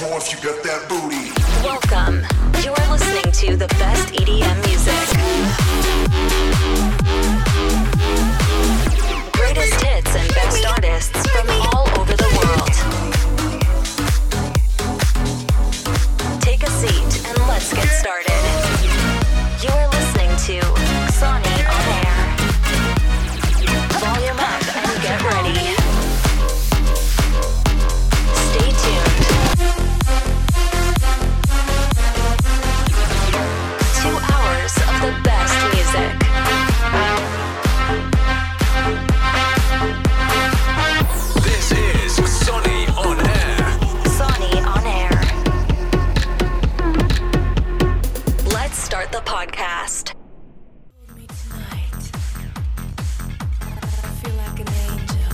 more if you got that booty. Welcome. You are listening to the best EDM music. Greatest hits and best artists from all over the world. Take a seat and let's get started. You are listening to Xoni On Air. Volume up and get ready. Stay tuned. 2 hours of the best music. This is Xoni On Air. Xoni On Air. Let's start the podcast. Me tonight. I feel like an angel.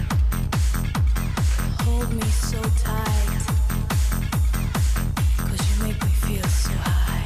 Hold me so tight. 'Cause you make me feel so high.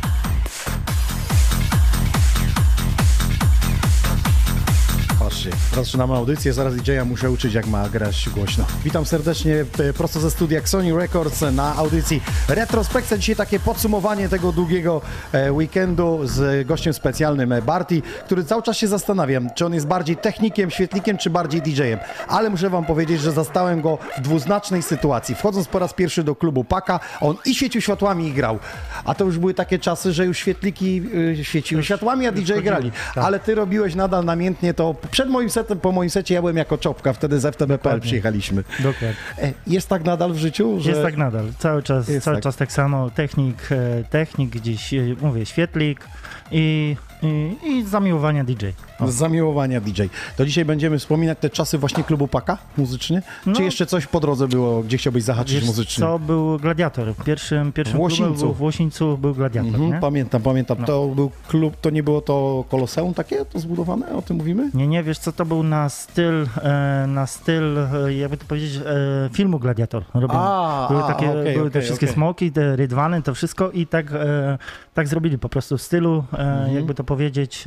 Patrzcie, zaczynamy audycję, zaraz DJ-a muszę uczyć, jak ma grać głośno. Witam serdecznie prosto ze studia Xoni Records na audycji Retrospekcja. Dzisiaj takie podsumowanie tego długiego weekendu z gościem specjalnym Barti, który cały czas się zastanawiam, czy on jest bardziej technikiem, świetlikiem, czy bardziej DJ-em. Ale muszę wam powiedzieć, że zastałem go w dwuznacznej sytuacji. Wchodząc po raz pierwszy do klubu Paka, on i świecił światłami i grał. A to już były takie czasy, że już świetliki świeciły światłami, a DJ grali. Tak. Ale ty robiłeś nadal namiętnie to. Przed moim setem, po moim secie ja byłem jako czopka, wtedy z FTB.pl przyjechaliśmy. Dokładnie. Jest tak nadal w życiu? Że... Jest tak nadal. Cały tak. czas tak samo. Technik gdzieś, mówię, świetlik i zamiłowania DJ. Z zamiłowania DJ. To dzisiaj będziemy wspominać te czasy właśnie klubu Paka muzycznie? No. Czy jeszcze coś po drodze było, gdzie chciałbyś zahaczyć Wiesz muzycznie? co, był Gladiator. Pierwszym Łosińcu. klubem w Łosińcu był Gladiator, nie? Pamiętam. No. To był klub, to nie było to Koloseum takie, to zbudowane? O tym mówimy? Nie, wiesz co, to był na styl, jakby to powiedzieć, filmu Gladiator. Były te wszystkie smoki, te rydwany, to wszystko i tak zrobili po prostu w stylu, jakby to powiedzieć,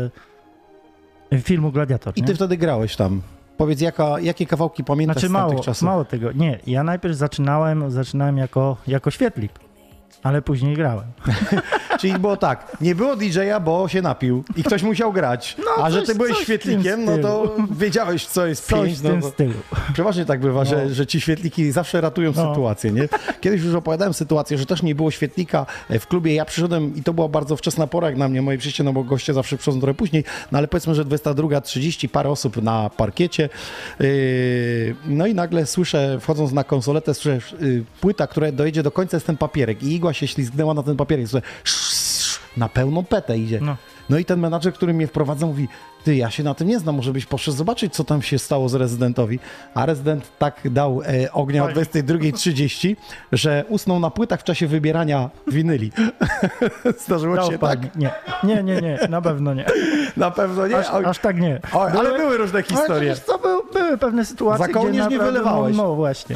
filmu Gladiator. I ty wtedy grałeś tam. Powiedz, jakie kawałki pamiętasz Znaczy z tamtych czasów? mało tego. Nie, ja najpierw zaczynałem jako świetlik, ale później grałem. Czyli było tak, nie było DJ-a, bo się napił i ktoś musiał grać, a że ty byłeś coś w świetlikiem, tym no to stylu. wiedziałeś, co jest Coś pięć. w tym stylu. Przeważnie tak bywa, że ci świetliki zawsze ratują sytuację, nie? Kiedyś już opowiadałem sytuację, że też nie było świetlika w klubie, ja przyszedłem i to była bardzo wczesna pora jak na mnie, moje przyjście, no bo goście zawsze przychodzą trochę później, no ale powiedzmy, że 22:30, parę osób na parkiecie, no i nagle słyszę, wchodząc na konsoletę, słyszę płyta, która dojedzie do końca, jest ten papierek i igła się ślizgnęła na ten papierek, słyszę, na pełną petę idzie. No i ten menadżer, który mnie wprowadza, mówi, ty, ja się na tym nie znam, może byś poszedł zobaczyć, co tam się stało z rezydentowi. A rezydent tak dał ognia o 22:30, że usnął na płytach w czasie wybierania winyli. Zdarzyło się tak? Nie, na pewno nie. Na pewno nie. Aż tak nie. Oj, ale były różne historie. Ale wiesz co, były pewne sytuacje, Za kołnierz gdzie nie naprawdę, wylewałeś. No właśnie.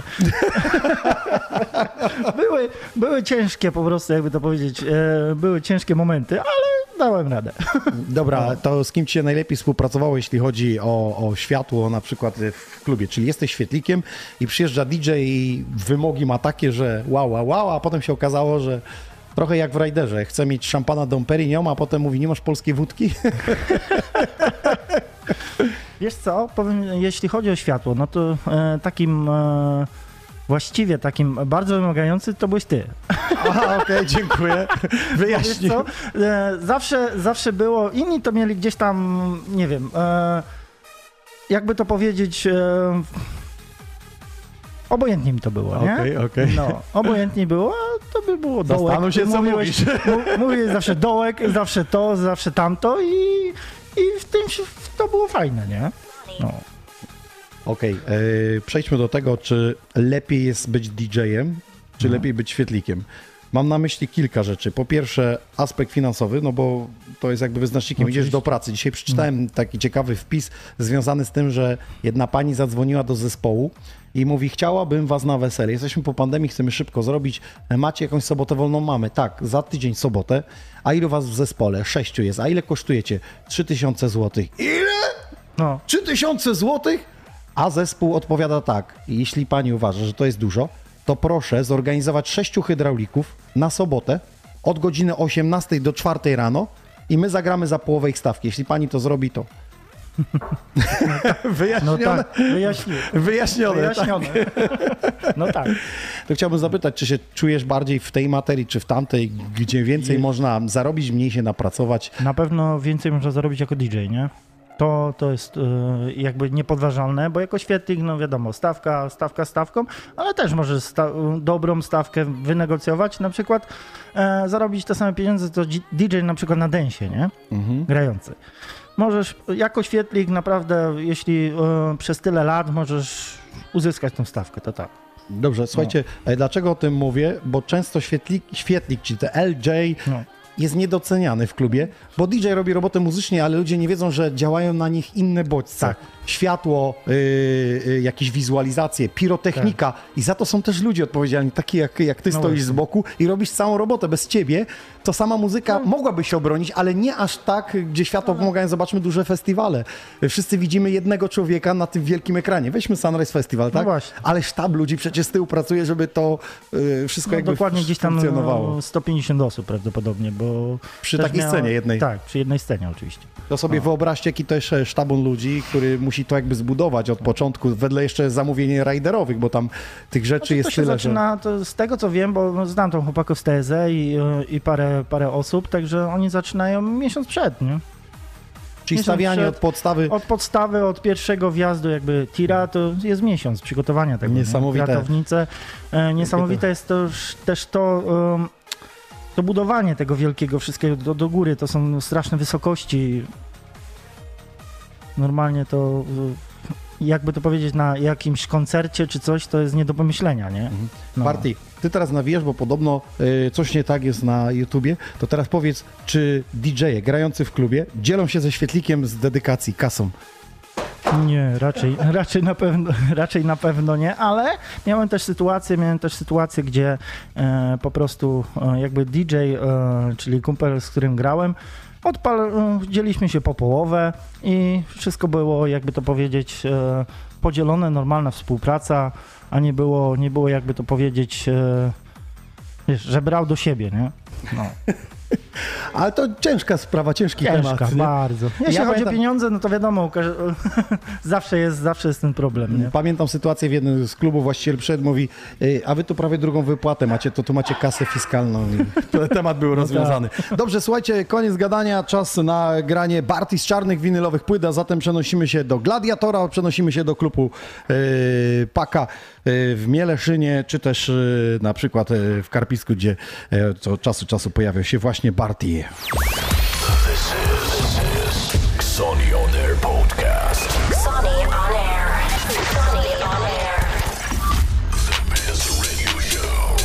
były ciężkie po prostu, jakby to powiedzieć, były ciężkie momenty, ale dałem radę. Dobra, to z kim ci się najlepiej współpracowało, jeśli chodzi o światło na przykład w klubie? Czyli jesteś świetlikiem i przyjeżdża DJ i wymogi ma takie, że wow, a potem się okazało, że trochę jak w Rajderze, chce mieć szampana Dom Perignon, a potem mówi, nie masz polskiej wódki? Wiesz co, powiem, jeśli chodzi o światło, no to właściwie takim bardzo wymagający to byłeś ty. Aha, okej, dziękuję. Wyjaśnij. Wiesz co, zawsze było, inni to mieli gdzieś tam, nie wiem, jakby to powiedzieć, obojętnie mi to było, nie? Okej. No, obojętnie było, a to by było dołek. Zastanów się, co mówisz. Mówiłeś zawsze dołek, zawsze to, zawsze tamto i w tym to było fajne, nie? No. Okej, przejdźmy do tego, czy lepiej jest być DJ-em, czy lepiej być świetlikiem. Mam na myśli kilka rzeczy. Po pierwsze aspekt finansowy, no bo to jest jakby wyznacznikiem, idziesz do pracy. Dzisiaj przeczytałem taki ciekawy wpis związany z tym, że jedna pani zadzwoniła do zespołu i mówi, chciałabym was na wesele. Jesteśmy po pandemii, chcemy szybko zrobić. Macie jakąś sobotę wolną? Mamy. Tak, za tydzień sobotę. A ilu was w zespole? 6 jest. A ile kosztujecie? 3000 zł. Ile? No. 3000 zł? A zespół odpowiada tak, jeśli pani uważa, że to jest dużo, to proszę zorganizować 6 hydraulików na sobotę od godziny 18 do 4 rano i my zagramy za połowę ich stawki. Jeśli pani to zrobi, to... Wyjaśnione? No tak, Wyjaśnione. Tak. No tak. To chciałbym zapytać, czy się czujesz bardziej w tej materii, czy w tamtej, gdzie więcej można zarobić, mniej się napracować? Na pewno więcej można zarobić jako DJ, nie? To jest jakby niepodważalne, bo jako świetlik, no wiadomo, stawka stawką, ale też możesz dobrą stawkę wynegocjować, na przykład zarobić te same pieniądze, co DJ na przykład na densie, nie? Grający. Możesz jako świetlik naprawdę, jeśli przez tyle lat możesz uzyskać tą stawkę, to tak. Dobrze, słuchajcie, dlaczego o tym mówię? Bo często świetlik, czyli te LJ, jest niedoceniany w klubie, bo DJ robi robotę muzycznie, ale ludzie nie wiedzą, że działają na nich inne bodźce. Tak. Światło, jakieś wizualizacje, pirotechnika i za to są też ludzie odpowiedzialni, taki jak ty stoisz z boku i robisz całą robotę. Bez ciebie to sama muzyka mogłaby się obronić, ale nie aż tak, gdzie światło pomagają. Zobaczmy duże festiwale. Wszyscy widzimy jednego człowieka na tym wielkim ekranie. Weźmy Sunrise Festival, tak? Właśnie. Ale sztab ludzi przecież z tyłu pracuje, żeby to wszystko jakby dokładnie gdzieś tam funkcjonowało. 150 osób prawdopodobnie, bo... Przy takiej scenie jednej. Tak, przy jednej scenie oczywiście. To sobie wyobraźcie, jaki to jest sztabun ludzi, który musi to jakby zbudować od początku, wedle jeszcze zamówień riderowych, bo tam tych rzeczy jest tyle, zaczyna, to z tego co wiem, bo znam tą chłopaków z TZ i parę osób, także oni zaczynają miesiąc przed, nie? Czyli stawianie od podstawy. Od podstawy, od pierwszego wjazdu jakby tira, to jest miesiąc przygotowania tego. Niesamowite. Kratownice. Niesamowite jest też to budowanie tego wielkiego wszystkiego do góry, to są straszne wysokości. Normalnie to, jakby to powiedzieć, na jakimś koncercie czy coś, to jest nie do pomyślenia, nie? No. Barty, ty teraz nawijasz, bo podobno coś nie tak jest na YouTubie, to teraz powiedz, czy DJ-e grający w klubie dzielą się ze świetlikiem z dedykacji, kasą? Nie, raczej na pewno nie, ale miałem też sytuację, gdzie po prostu jakby DJ, czyli kumpel, z którym grałem, dzieliśmy się po połowę i wszystko było, jakby to powiedzieć, podzielone, normalna współpraca, a nie było jakby to powiedzieć, wiesz, że brał do siebie, nie? No. Ale to ciężka sprawa, ciężki temat. Ciężka, bardzo. Jeśli chodzi o pieniądze, no to wiadomo, zawsze jest ten problem, nie? Pamiętam sytuację w jednym z klubów, właściciel przyszedł, mówi, a wy tu prawie drugą wypłatę macie, to tu macie kasę fiskalną. I temat był rozwiązany. Dobrze, słuchajcie, koniec gadania, czas na granie Barty z czarnych winylowych płyt, a zatem przenosimy się do Gladiatora, przenosimy się do klubu Paka w Mieleszynie, czy też na przykład w Karpisku, gdzie co czasu pojawiał się właśnie Barty. This is Xoni On Air Podcast. Xoni On Air. Xoni On Air. The Biz Radio Show.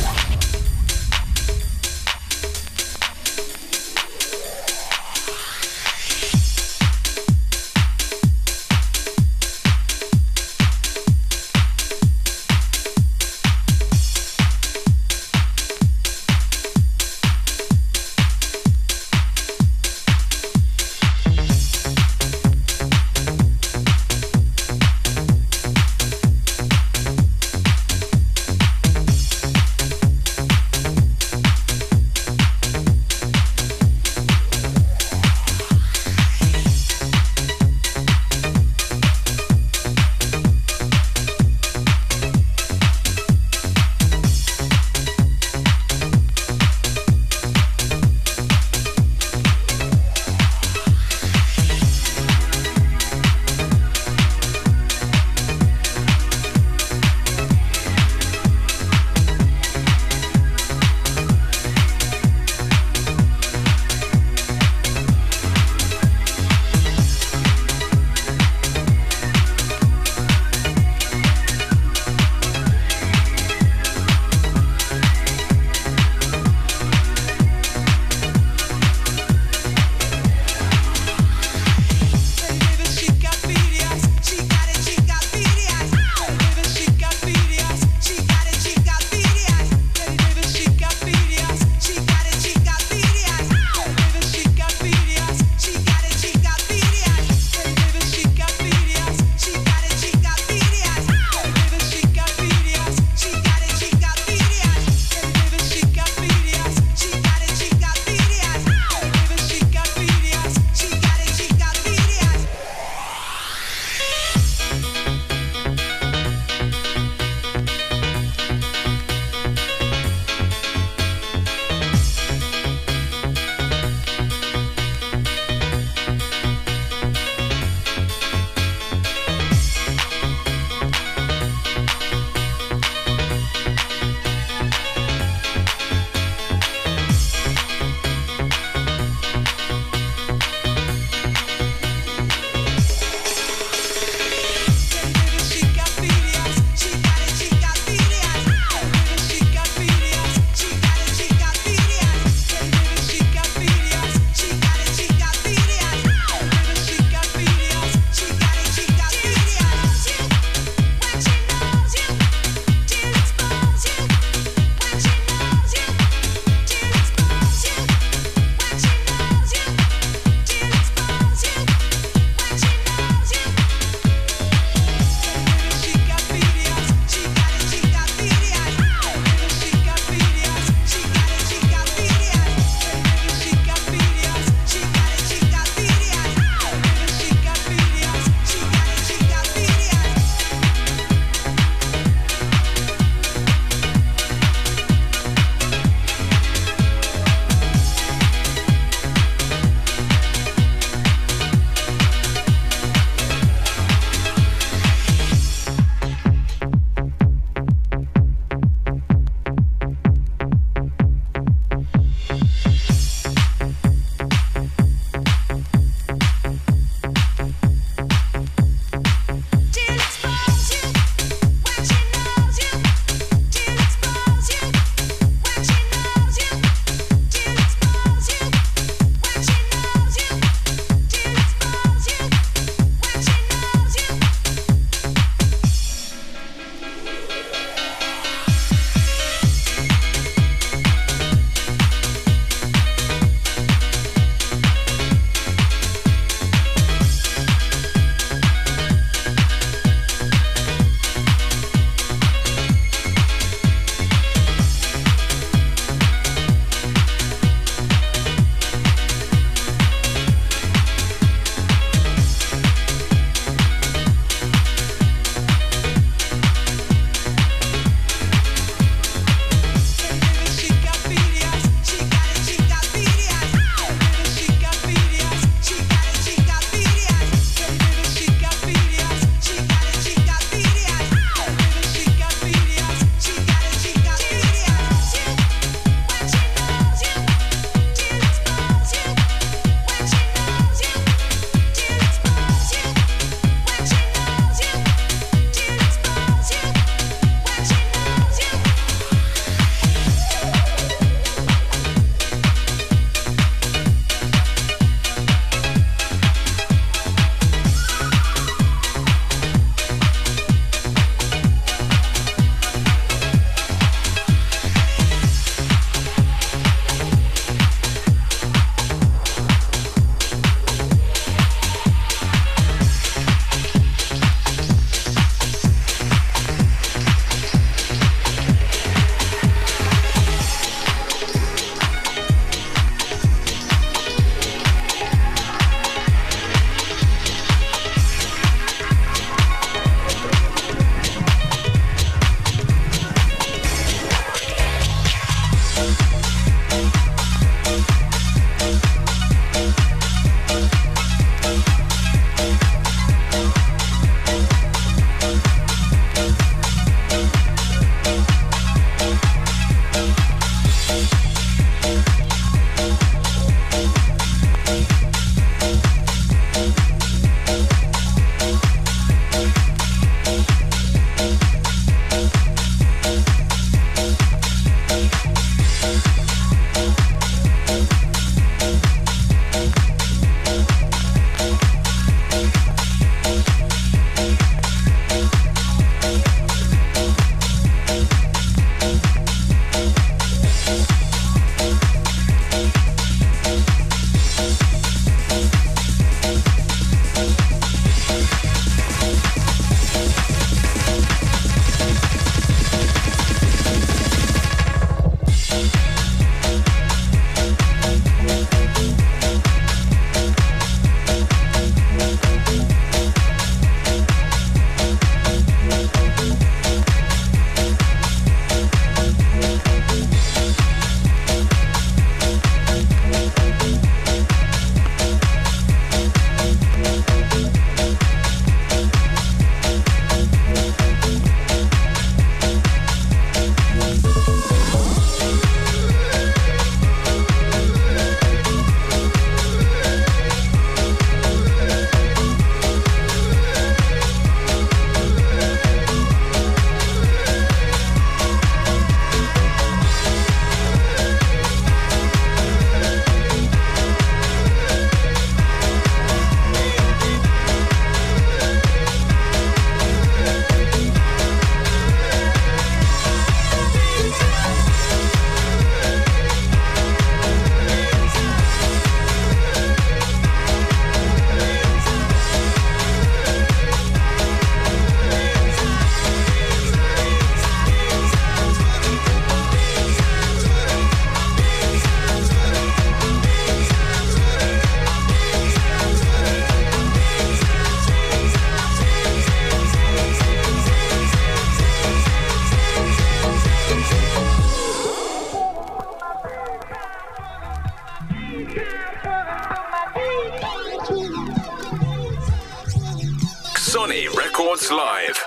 Mix Live.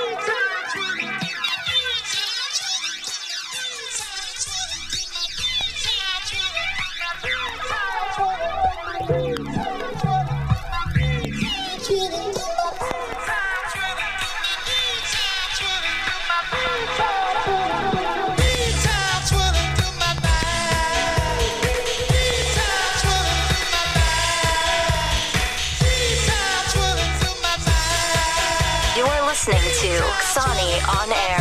Listening to Xoni on Air.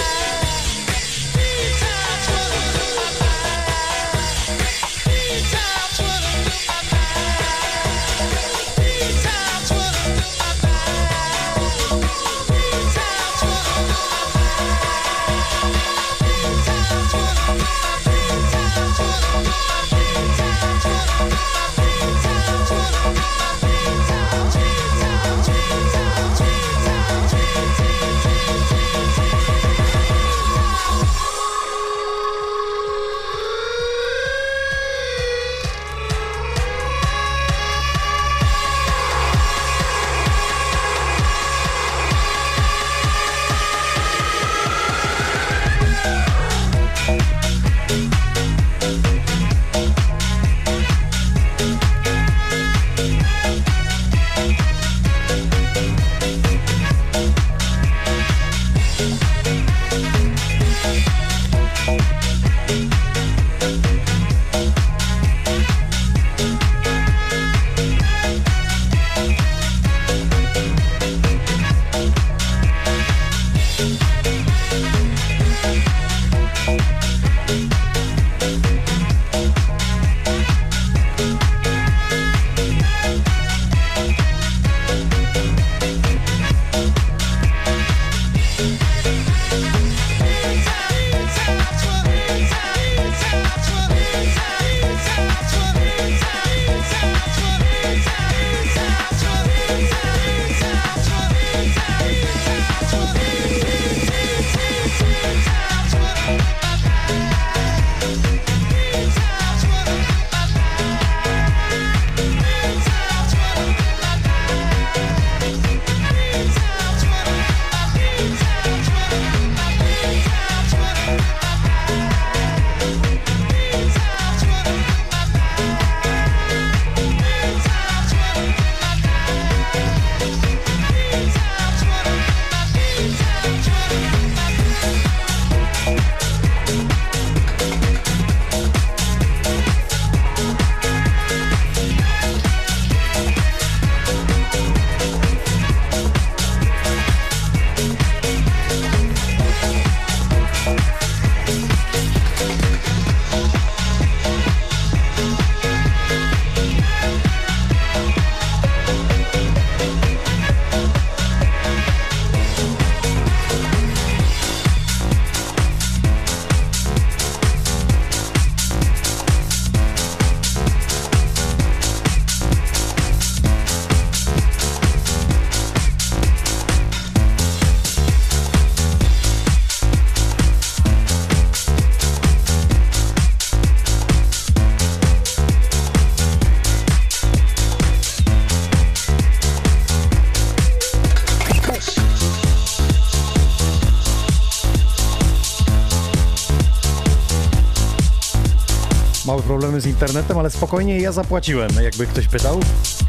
Małe problemy z internetem, ale spokojnie, ja zapłaciłem, jakby ktoś pytał.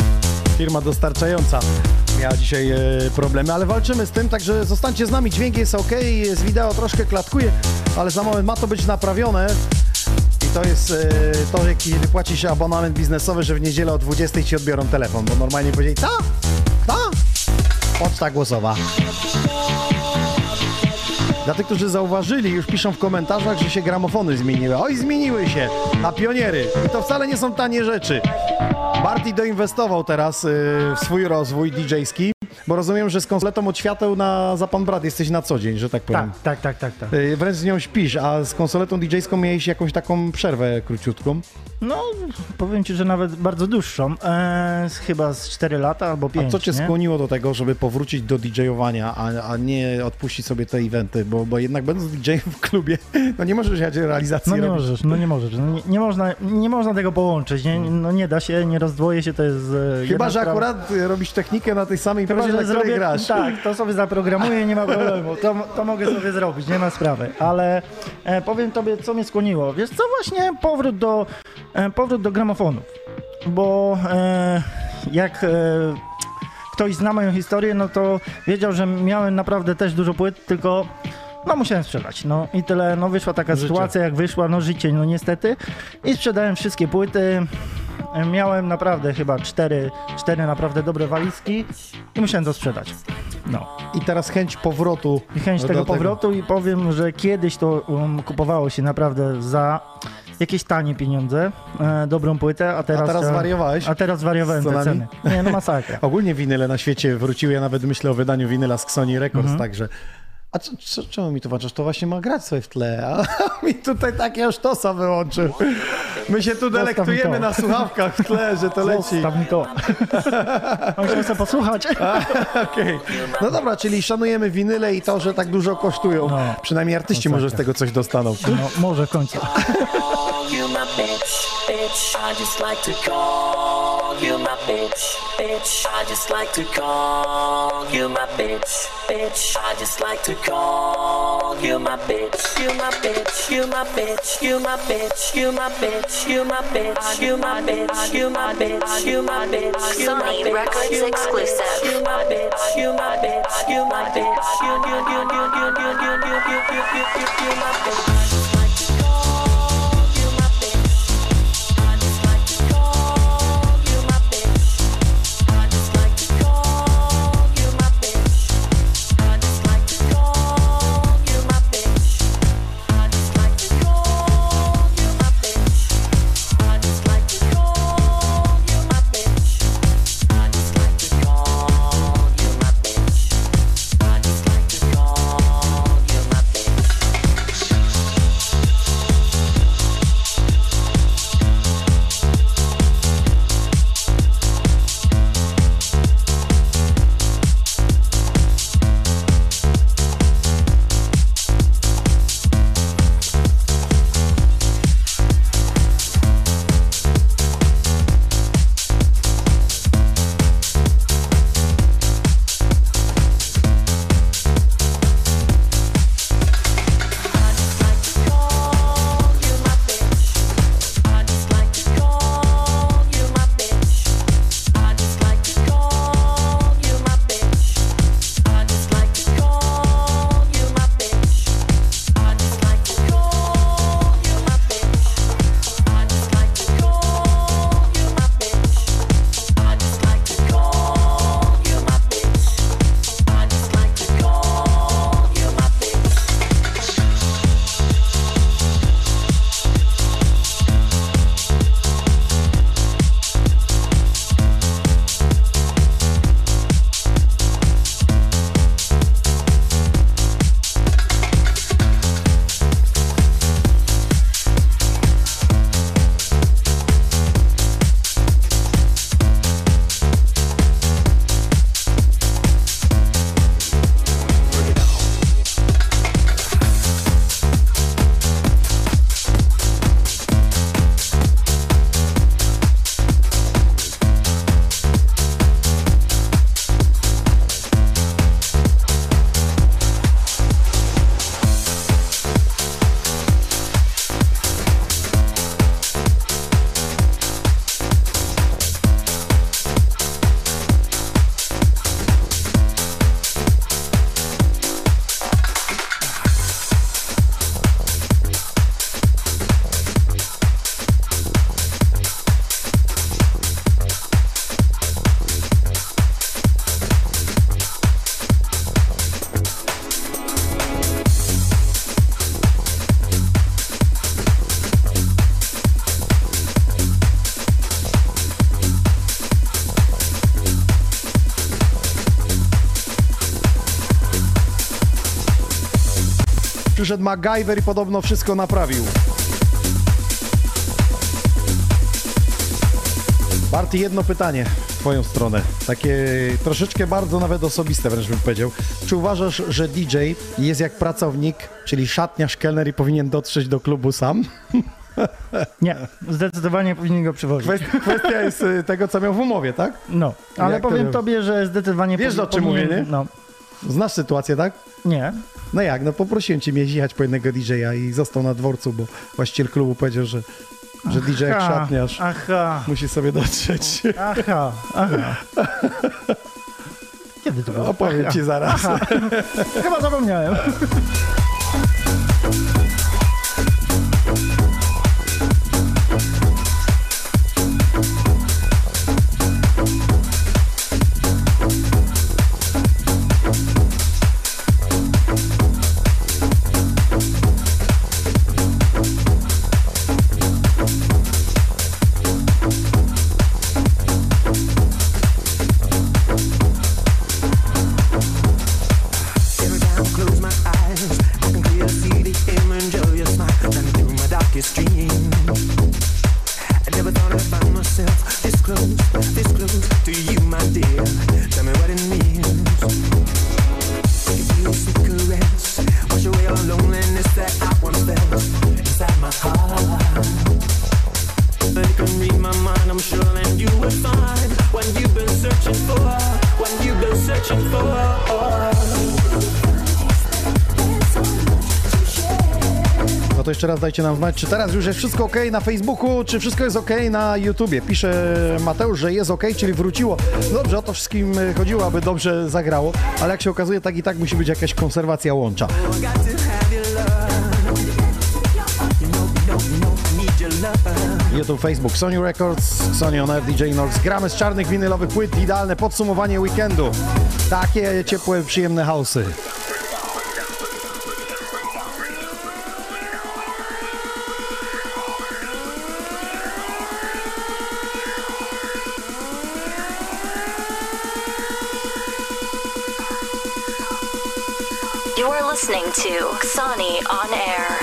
Firma dostarczająca miała dzisiaj problemy, ale walczymy z tym, także zostańcie z nami, dźwięk jest ok, jest wideo, troszkę klatkuje, ale za moment ma to być naprawione. I to jest to, kiedy płaci się abonament biznesowy, że w niedzielę o 20 ci odbiorą telefon, bo normalnie powiedzieli, co? Poczta głosowa. Dla tych, którzy zauważyli, już piszą w komentarzach, że się gramofony zmieniły. Oj, zmieniły się na pioniery. I to wcale nie są tanie rzeczy. Barty doinwestował teraz w swój rozwój DJ-ski, bo rozumiem, że z konsoletą od świateł za pan brat jesteś na co dzień, że tak powiem. Tak. Wręcz z nią śpisz, a z konsoletą DJ-ską miałeś jakąś taką przerwę króciutką? No, powiem ci, że nawet bardzo dłuższą. Chyba z 4 lata albo 5. A co cię skłoniło do tego, żeby powrócić do DJ-owania, a nie odpuścić sobie te eventy? Bo jednak będąc DJ-em w klubie, no nie możesz jechać realizacji robić. Nie możesz. Nie można tego połączyć. Nie da się, nie rozdwoje się, to jest Chyba, że akurat robisz technikę na tej samej imprezie, sobie zrobię, grasz. tak, to sobie zaprogramuję, nie ma problemu, to mogę sobie zrobić, nie ma sprawy, ale powiem tobie, co mnie skłoniło. Wiesz co, właśnie powrót do gramofonów, bo jak ktoś zna moją historię, no to wiedział, że miałem naprawdę też dużo płyt, tylko no musiałem sprzedać, no i tyle, no wyszła taka sytuacja jak wyszła, no życie, no niestety i sprzedałem wszystkie płyty, miałem naprawdę chyba cztery naprawdę dobre walizki i musiałem to sprzedać, no. I teraz chęć powrotu. I chęć tego powrotu i powiem, że kiedyś to kupowało się naprawdę za jakieś tanie pieniądze, dobrą płytę, a teraz zwariowałeś? A teraz zwariowałem te ceny. Nie, no masakra. Ogólnie winyle na świecie wróciły, ja nawet myślę o wydaniu winyla z Sony Records, także... A czemu mi tłumaczysz? To właśnie ma grać sobie w tle, a mi tutaj takie sztosa wyłączył. My się tu delektujemy na słuchawkach w tle, że to leci. Zostaw mi to. Muszę sobie posłuchać. Okej. No dobra, czyli szanujemy winyle i to, że tak dużo kosztują. No, przynajmniej artyści może z tego coś dostaną. No, może w końcu. You my bitch, bitch. I just like to call you my bitch, bitch. I just like to call you my bitch, bitch. I just like to call you my bitch, you my bitch, you my bitch, you my bitch, you my bitch, you my bitch, you my bitch, you my bitch, you my bitch, you my Sony Records exclusive. you my bitch, you my bitch, you my bitch, you my bitch. Przyszedł MacGyver i podobno wszystko naprawił. Barty, jedno pytanie w twoją stronę. Takie troszeczkę bardzo nawet osobiste wręcz bym powiedział. Czy uważasz, że DJ jest jak pracownik, czyli szatniarz, kelner i powinien dotrzeć do klubu sam? Nie, zdecydowanie powinien go przywozić. Kwestia jest tego, co miał w umowie, tak? No, ale jak powiem tobie, że zdecydowanie wiesz, o czym mówię, nie? No. Znasz sytuację, tak? Nie. No jak, no poprosiłem cię mieć jechać po jednego DJ-a i został na dworcu, bo właściciel klubu powiedział, że DJ jak szatniarz musi sobie dotrzeć. Aha. Kiedy to było? Opowiem ci zaraz. Chyba zapomniałem. No to jeszcze raz dajcie nam znać, czy teraz już jest wszystko ok na Facebooku, czy wszystko jest ok na YouTubie. Pisze Mateusz, że jest ok, czyli wróciło. Dobrze, o to wszystkim chodziło, aby dobrze zagrało, ale jak się okazuje, tak i tak musi być jakaś konserwacja łącza. YouTube, Facebook, Sony Records, Sony On Air, DJ Norx. Gramy z czarnych winylowych płyt, idealne podsumowanie weekendu. Takie ciepłe, przyjemne house'y. You are listening to Sony On Air.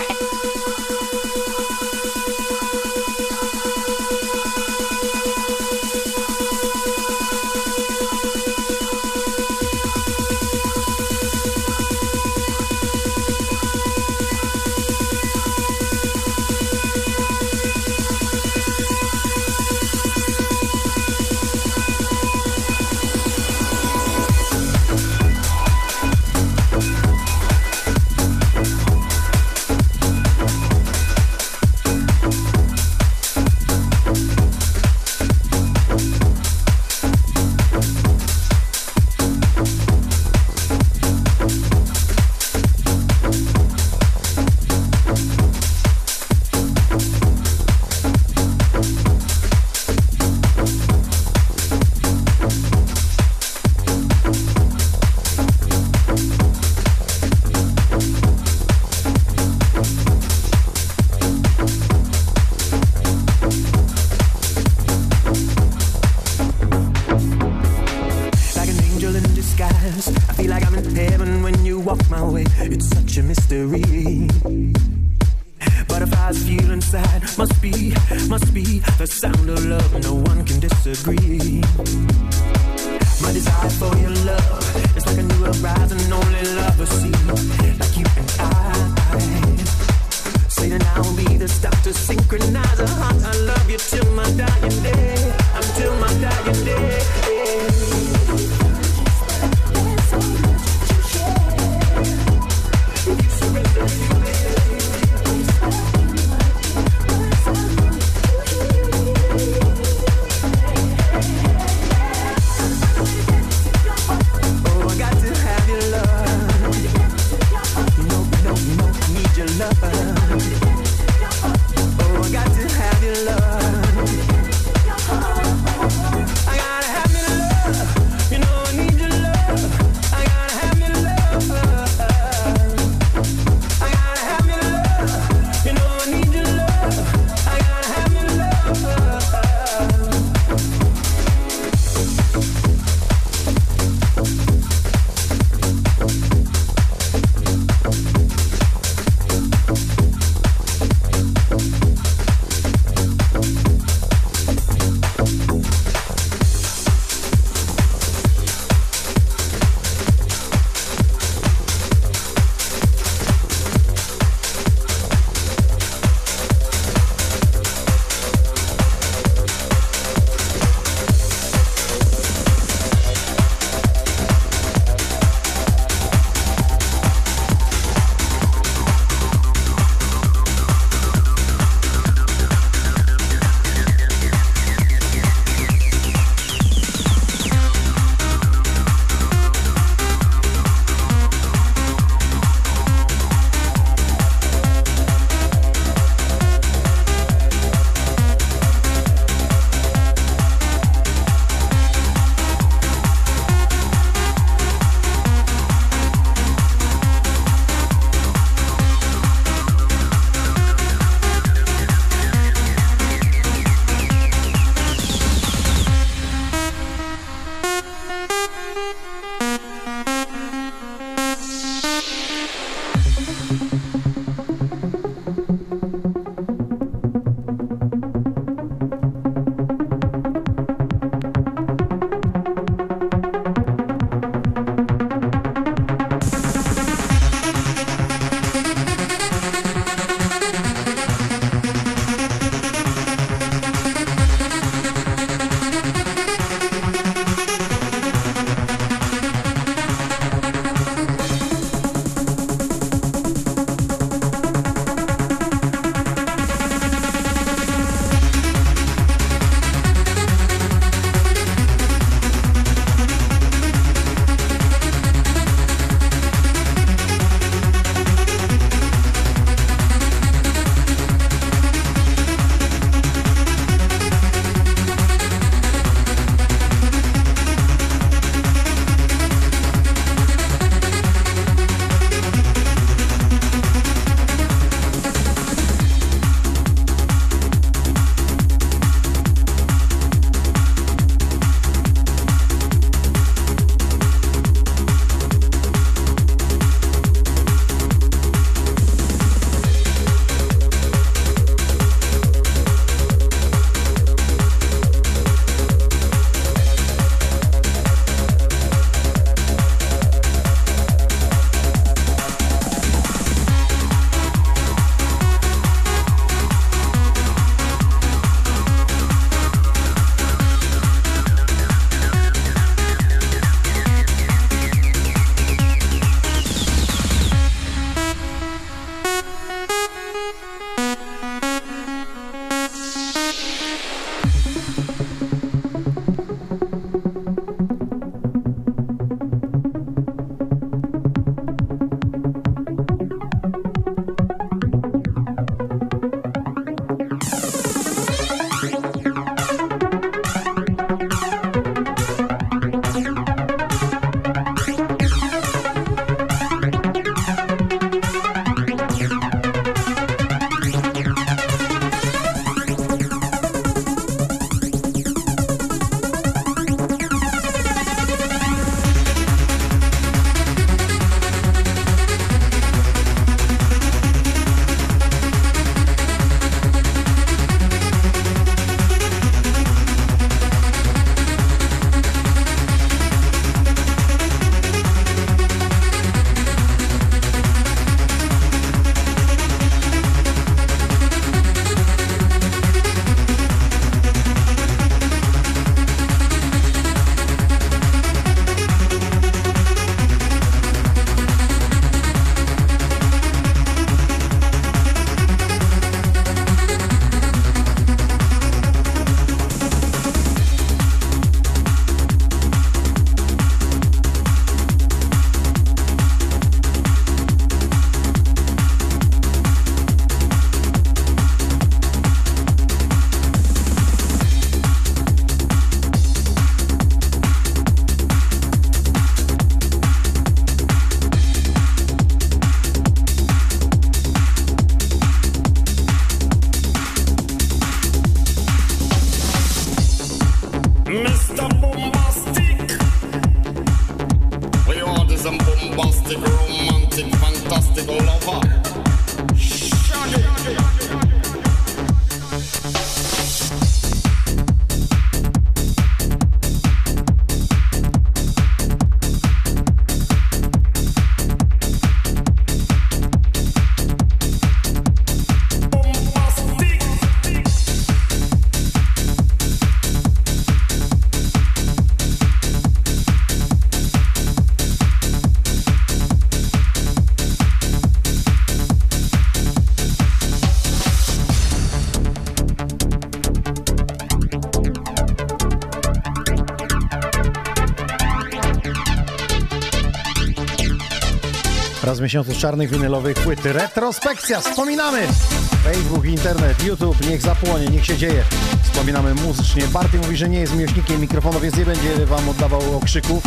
Czas miesiącu czarnych winylowych płyt. Retrospekcja, wspominamy! Facebook, internet, YouTube, niech zapłonie, niech się dzieje. Wspominamy muzycznie. Barty mówi, że nie jest miłośnikiem mikrofonów, więc nie będzie wam oddawał okrzyków.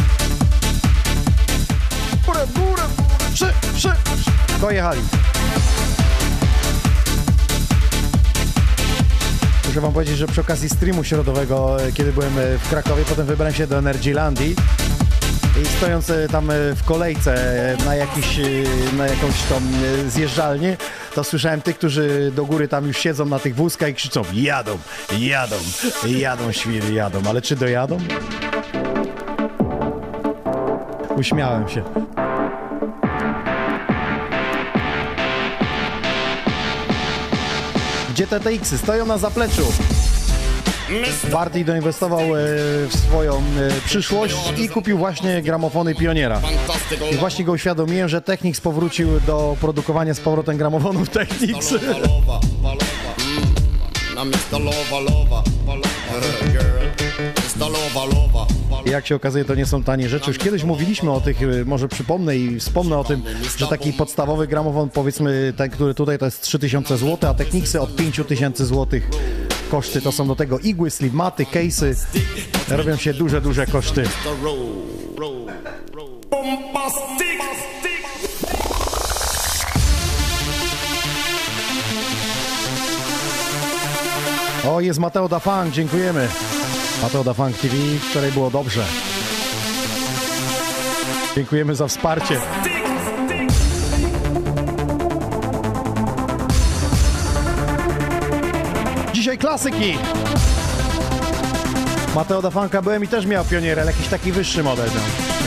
Górę, górę, przy. Dojechali. Muszę wam powiedzieć, że przy okazji streamu środowego, kiedy byłem w Krakowie, potem wybrałem się do Energylandii i stojąc tam w kolejce na jakąś tam zjeżdżalnię, to słyszałem tych, którzy do góry tam już siedzą na tych wózkach i krzyczą: jadą świry, jadą, ale czy dojadą? Uśmiałem się. Gdzie te TX-y? Stoją na zapleczu. Barty doinwestował w swoją przyszłość i kupił właśnie gramofony Pioniera. I właśnie go uświadomiłem, że Technics powrócił do produkowania z powrotem gramofonów Technics. I jak się okazuje, to nie są tanie rzeczy. Już kiedyś mówiliśmy o tych, może przypomnę i wspomnę o tym, że taki podstawowy gramofon, powiedzmy ten, który tutaj to jest 3000 zł, a Technicsy od 5000 zł. Koszty to są do tego igły, slimmaty, case'y. Robią się duże koszty. O, jest Mateo da Funk, dziękujemy. Mateo da Funk TV, wczoraj było dobrze. Dziękujemy za wsparcie. Dzisiaj klasyki. Mateo da Funka byłem i też miał Pionier, ale jakiś taki wyższy model miał.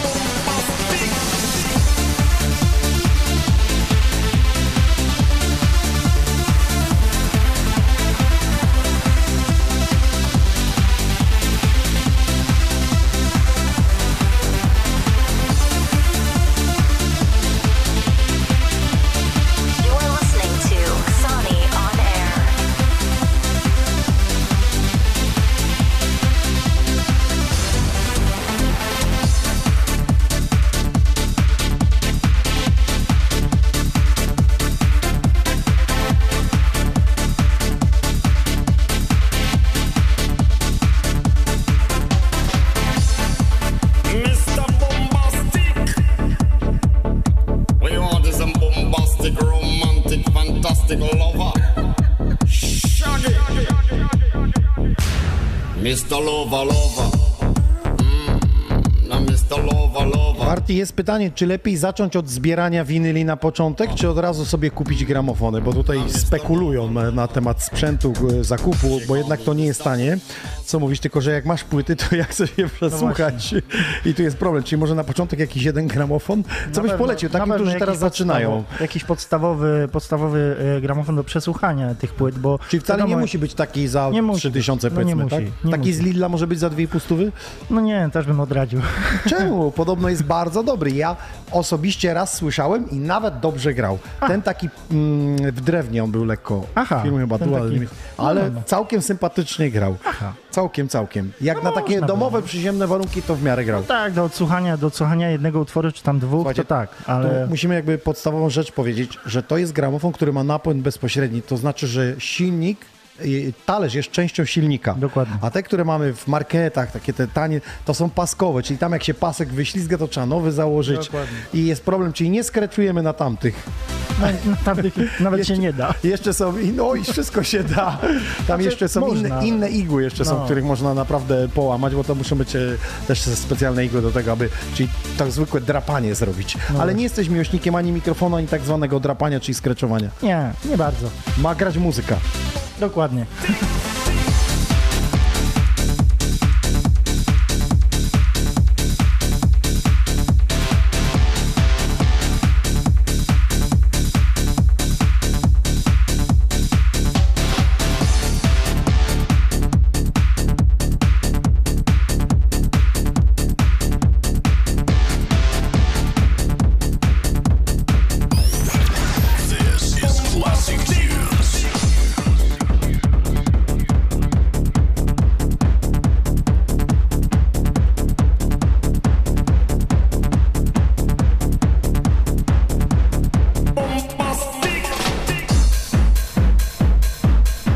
Marty, jest pytanie, czy lepiej zacząć od zbierania winyli na początek, czy od razu sobie kupić gramofony? Bo tutaj spekulują na temat sprzętu, zakupu, bo jednak to nie jest tanie. Co mówisz, tylko że jak masz płyty, to jak chcesz je przesłuchać? I tu jest problem, czyli może na początek jakiś jeden gramofon? Co byś polecił takim, którzy teraz zaczynają? Jakiś podstawowy gramofon do przesłuchania tych płyt, bo... Czyli wcale nie musi być taki za 3000, powiedzmy, tak? Taki z Lidla może być za 2500? No nie, też bym odradził. Czemu? Podobno jest bardzo dobry. Ja osobiście raz słyszałem i nawet dobrze grał. Ten taki w drewnie on był lekko. Film chyba ale całkiem sympatycznie grał. Całkiem. Jak na takie domowe, przyziemne warunki, to w miarę grał. No tak, do odsłuchania jednego utworu, czy tam dwóch, słuchajcie, to tak, ale... Musimy jakby podstawową rzecz powiedzieć, że to jest gramofon, który ma napęd bezpośredni, to znaczy, że silnik, talerz jest częścią silnika. Dokładnie. A te, które mamy w marketach, takie te tanie, to są paskowe, czyli tam jak się pasek wyślizga, to trzeba nowy założyć. Dokładnie. I jest problem, czyli nie skreczujemy na tamtych. Na tamtych nawet się nie da. Jeszcze są, i wszystko się da. Tam jeszcze są inne igły jeszcze są, których można naprawdę połamać, bo to muszą być też specjalne igły do tego, czyli tak zwykłe drapanie zrobić. Ale nie jesteś miłośnikiem ani mikrofonu, ani tak zwanego drapania, czyli skreczowania. Nie bardzo. Ma grać muzyka. Dokładnie.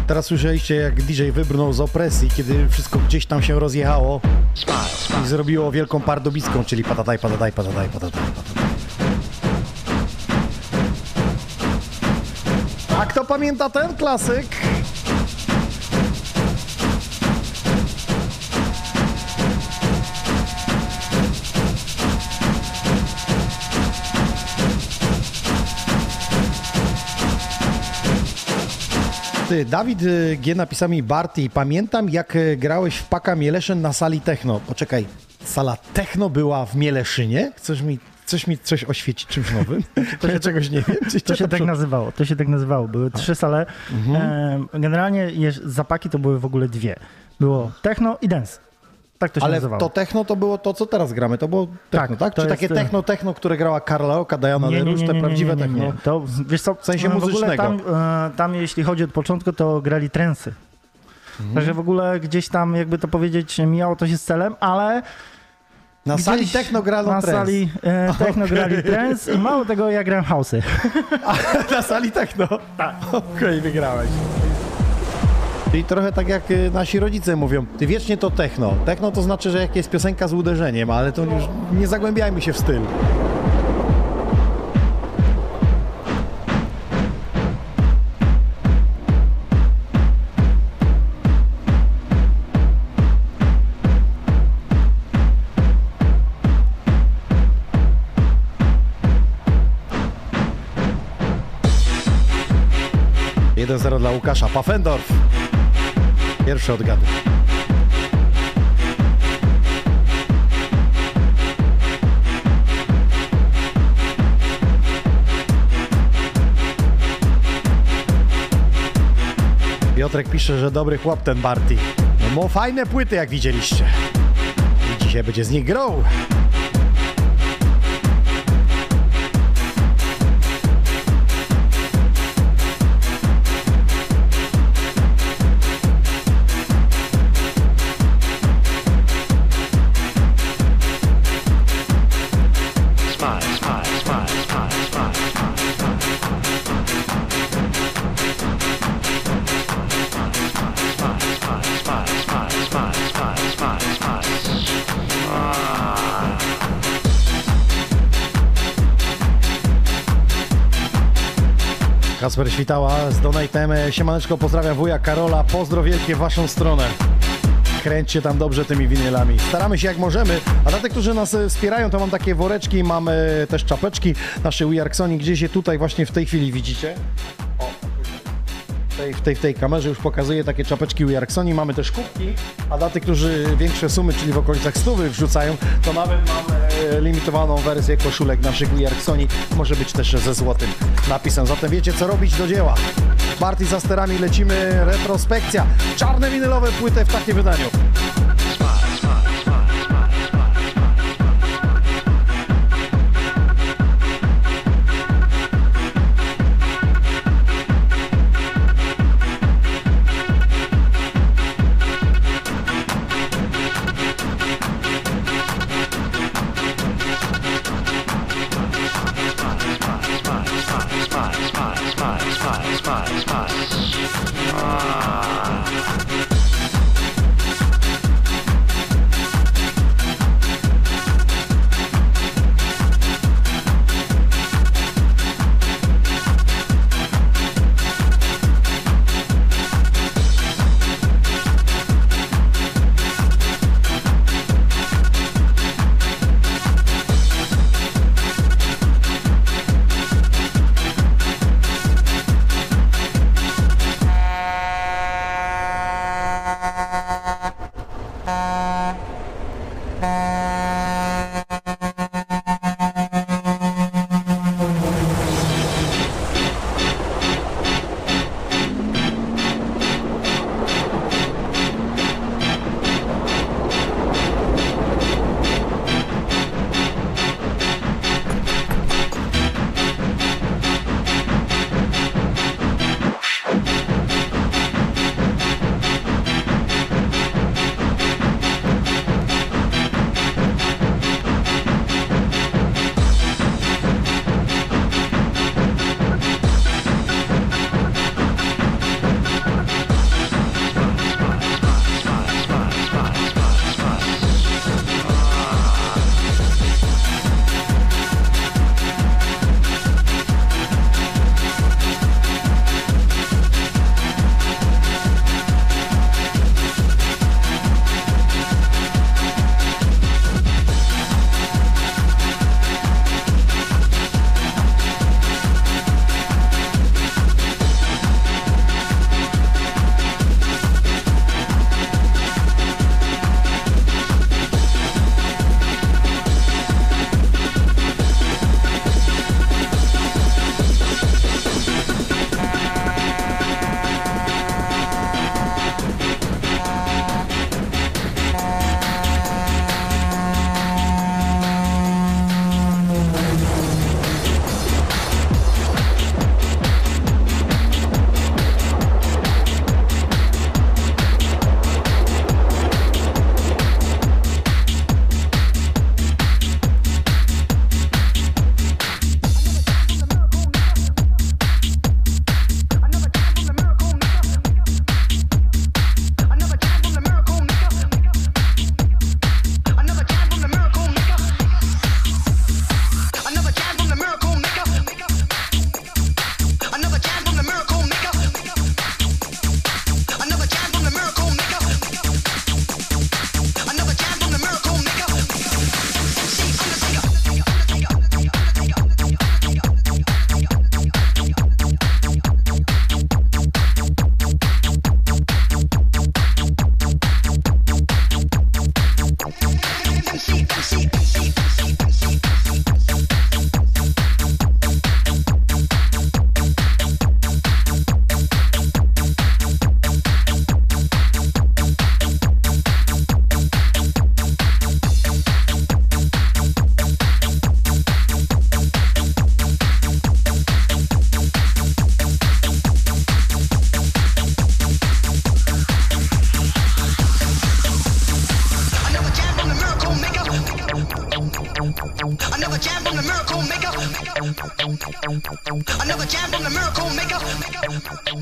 Teraz słyszeliście, jak DJ wybrnął z opresji, kiedy wszystko gdzieś tam się rozjechało i zrobiło wielką pardubiską, czyli patataj, patataj, patataj, patataj, patataj. A kto pamięta ten klasyk? Ty, Dawid G. napisał mi: Barty, pamiętam, jak grałeś w Paka Mieleszyn na sali techno. Poczekaj, sala techno była w Mieleszynie? Chcesz mi coś oświecić czymś nowym? To się czegoś nie wiem. To się tak nazywało. Były 3 sale. Generalnie zapaki to były w ogóle 2. Było techno i dance. Tak to się nazywało. Ale to techno to było to, co teraz gramy. To było techno, tak? Czy takie techno, które grała Karla Oka, Diana Derusz, te prawdziwe techno? Nie. To, wiesz co, w sensie muzycznego. W ogóle tam jeśli chodzi od początku, to grali trensy. Także w ogóle gdzieś tam, jakby to powiedzieć, mijało to się z celem, ale... Na sali techno grano trens. Na sali techno grali trens i mało tego, ja grałem house'y. Na sali techno? Tak. Okej, wygrałeś. Czyli trochę tak jak nasi rodzice mówią, ty wiecznie to techno. Techno to znaczy, że jak jest piosenka z uderzeniem, ale to już nie zagłębiajmy się w styl. Jeden 0 dla Łukasza. Pfaffendorf. Pierwszy odgady. Piotrek pisze, że dobry chłop ten Barty. No ma fajne płyty, jak widzieliście. I dzisiaj będzie z nich grał. Kasper Świtała z donatem. Siemaneczko, pozdrawiam wuja Karola. Pozdro wielkie w waszą stronę. Kręćcie tam dobrze tymi winylami. Staramy się jak możemy, a dla tych, którzy nas wspierają, to mam takie woreczki, mamy też czapeczki. Nasze We Are Xoni, gdzieś je tutaj właśnie w tej chwili widzicie. O, w tej kamerze już pokazuję takie czapeczki We Are Xoni. Mamy też kubki, a dla tych, którzy większe sumy, czyli w okolicach 100 wrzucają, to nawet mamy limitowaną wersję koszulek naszych We Are Xoni. Może być też ze złotym napisem. Zatem wiecie, co robić, do dzieła. Barty za sterami, lecimy, retrospekcja. Czarne winylowe płyty w takim wydaniu.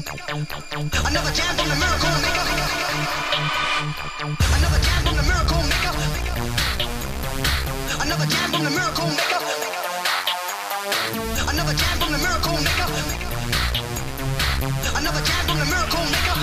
Another jam from the miracle maker. Another jam from the miracle maker. Another jam from the miracle maker. Another jam from the miracle maker. Another jam from the miracle maker.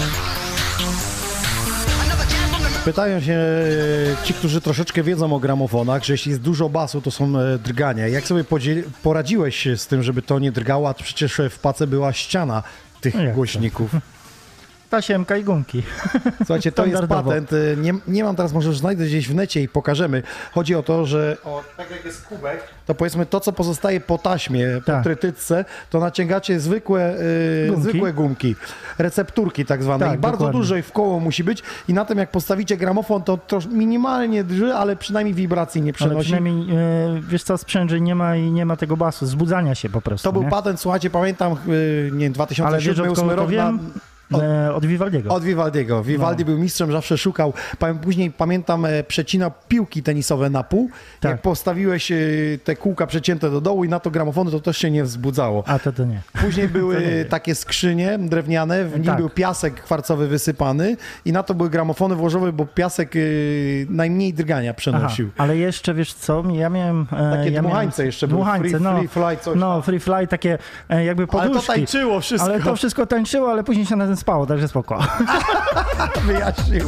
Pytają się ci, którzy troszeczkę wiedzą o gramofonach, że jeśli jest dużo basu, to są drgania. Jak sobie poradziłeś z tym, żeby to nie drgało, a przecież w pace była ściana tych głośników. Tasiemka i gumki. Słuchajcie, to jest patent. Nie mam teraz, może już znajdę gdzieś w necie i pokażemy. Chodzi o to, że tak jak jest kubek, to powiedzmy to, co pozostaje po taśmie, po trytytce, to naciągacie zwykłe gumki, recepturki tak zwane. Tak, I bardzo dokładnie. dużo w koło musi być i na tym jak postawicie gramofon, to minimalnie drży, ale przynajmniej wibracji nie przenosi. Ale przynajmniej, wiesz co, sprzężeń nie ma i nie ma tego basu, zbudzania się po prostu. To był nie? patent, słuchajcie, pamiętam, nie wiem, 2007-2008 rok. Od Vivaldiego. Od Vivaldiego. Vivaldi był mistrzem, zawsze szukał. Później pamiętam, przecinał piłki tenisowe na pół. Tak. Jak postawiłeś te kółka przecięte do dołu i na to gramofony, to też się nie wzbudzało. A to nie. Później były takie skrzynie drewniane, w nich był piasek kwarcowy wysypany i na to były gramofony włożowe, bo piasek najmniej drgania przenosił. Aha, ale jeszcze, wiesz co, ja miałem... Takie dmuchańce jeszcze były, free fly, coś tam. Free fly, takie jakby poduszki. Ale to tańczyło wszystko. Ale to wszystko tańczyło, ale później się na tym spało, także spoko. Wyjaśnił.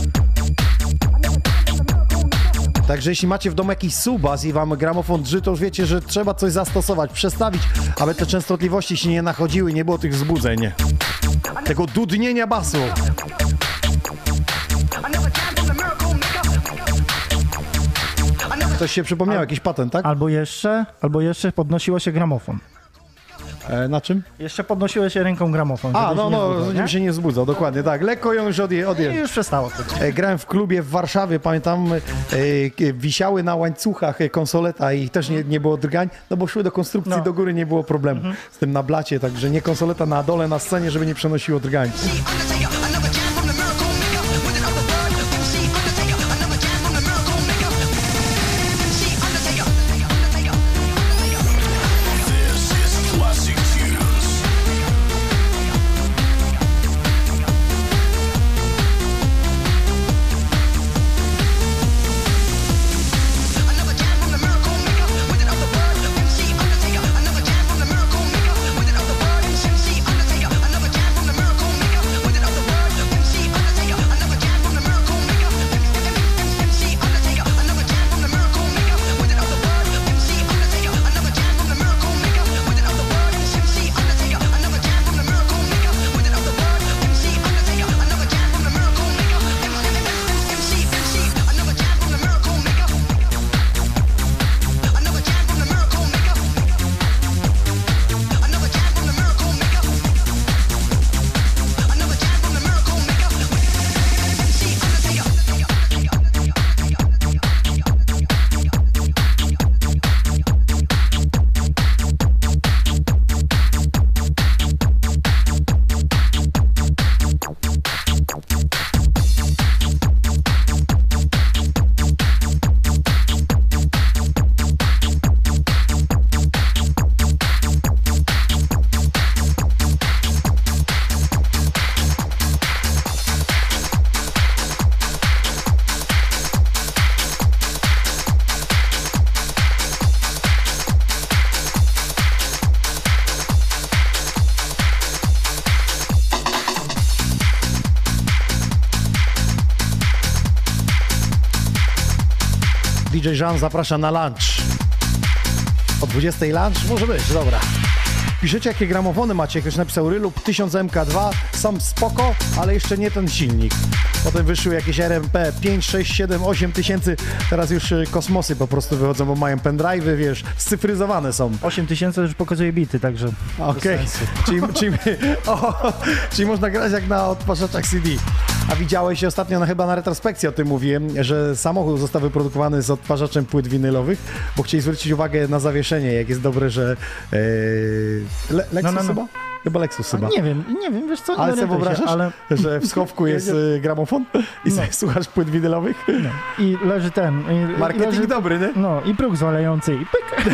Także jeśli macie w domu jakiś subas i wam gramofon drży, to już wiecie, że trzeba coś zastosować, przestawić, aby te częstotliwości się nie nachodziły, nie było tych wzbudzeń, tego dudnienia basu. Coś się przypomniał, jakiś patent, tak? Albo jeszcze podnosiło się gramofon. Na czym? Jeszcze podnosiło się ręką gramofon. Żeby się nie wzbudzał, dokładnie, tak. Lekko ją już I już przestało. Grałem w klubie w Warszawie, pamiętam, wisiały na łańcuchach konsoleta i też nie było drgań, no bo szły do konstrukcji do góry, nie było problemu z tym na blacie, także nie konsoleta na dole na scenie, żeby nie przenosiło drgań. DJ Jean zaprasza na lunch. O 20 lunch? Może być, dobra. Piszecie, jakie gramofony macie. Ktoś napisał Rylub 1000 MK2, są spoko, ale jeszcze nie ten silnik. Potem wyszły jakieś RMP 5, 6, 7, 8 tysięcy. Teraz już kosmosy po prostu wychodzą, bo mają pendrive'y, wiesz, scyfryzowane są. 8000 już pokazuje bity, także... Okej, czyli można grać jak na odtwarzaczach CD. A widziałeś ostatnio, chyba na retrospekcji o tym mówiłem, że samochód został wyprodukowany z odtwarzaczem płyt winylowych, bo chcieli zwrócić uwagę na zawieszenie, jak jest dobre, że... Lexus chyba? Chyba Lexus chyba. Nie wiem, wiesz co, ale sobie wyobrażasz, że w schowku jest gramofon i sobie słuchasz płyt winylowych? No. I leży ten... Marketing leży, dobry, nie? No, i próg zwalający i pyk.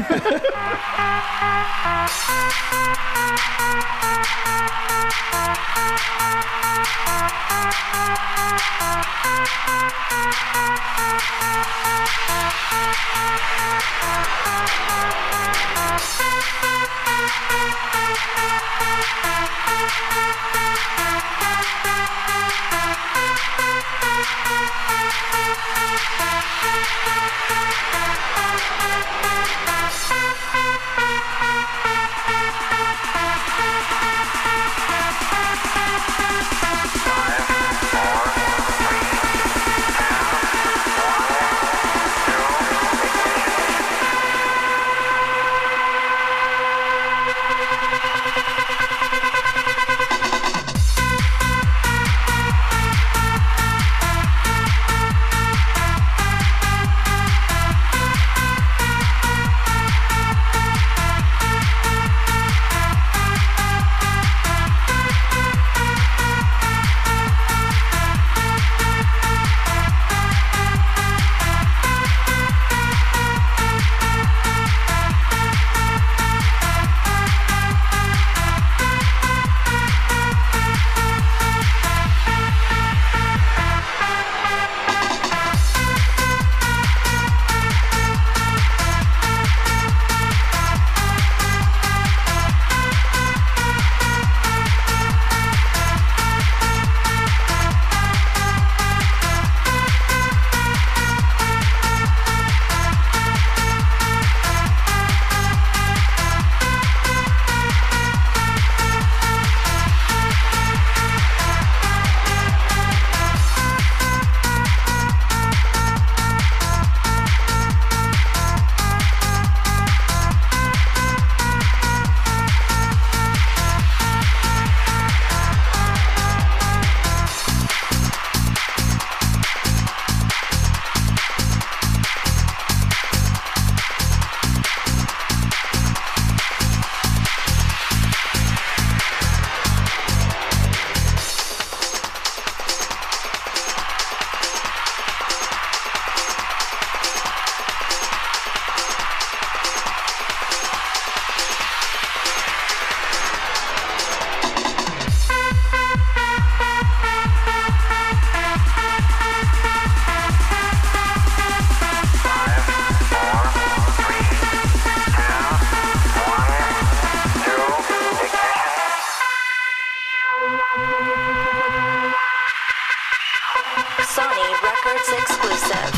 Sony Records exclusive.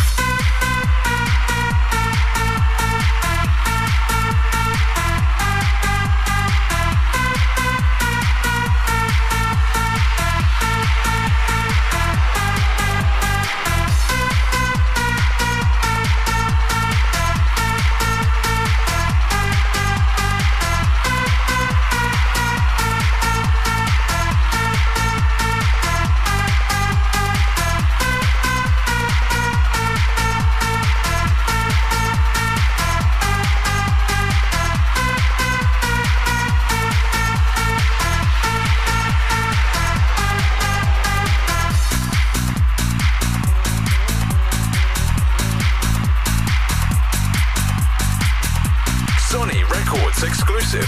Sony Records exclusive.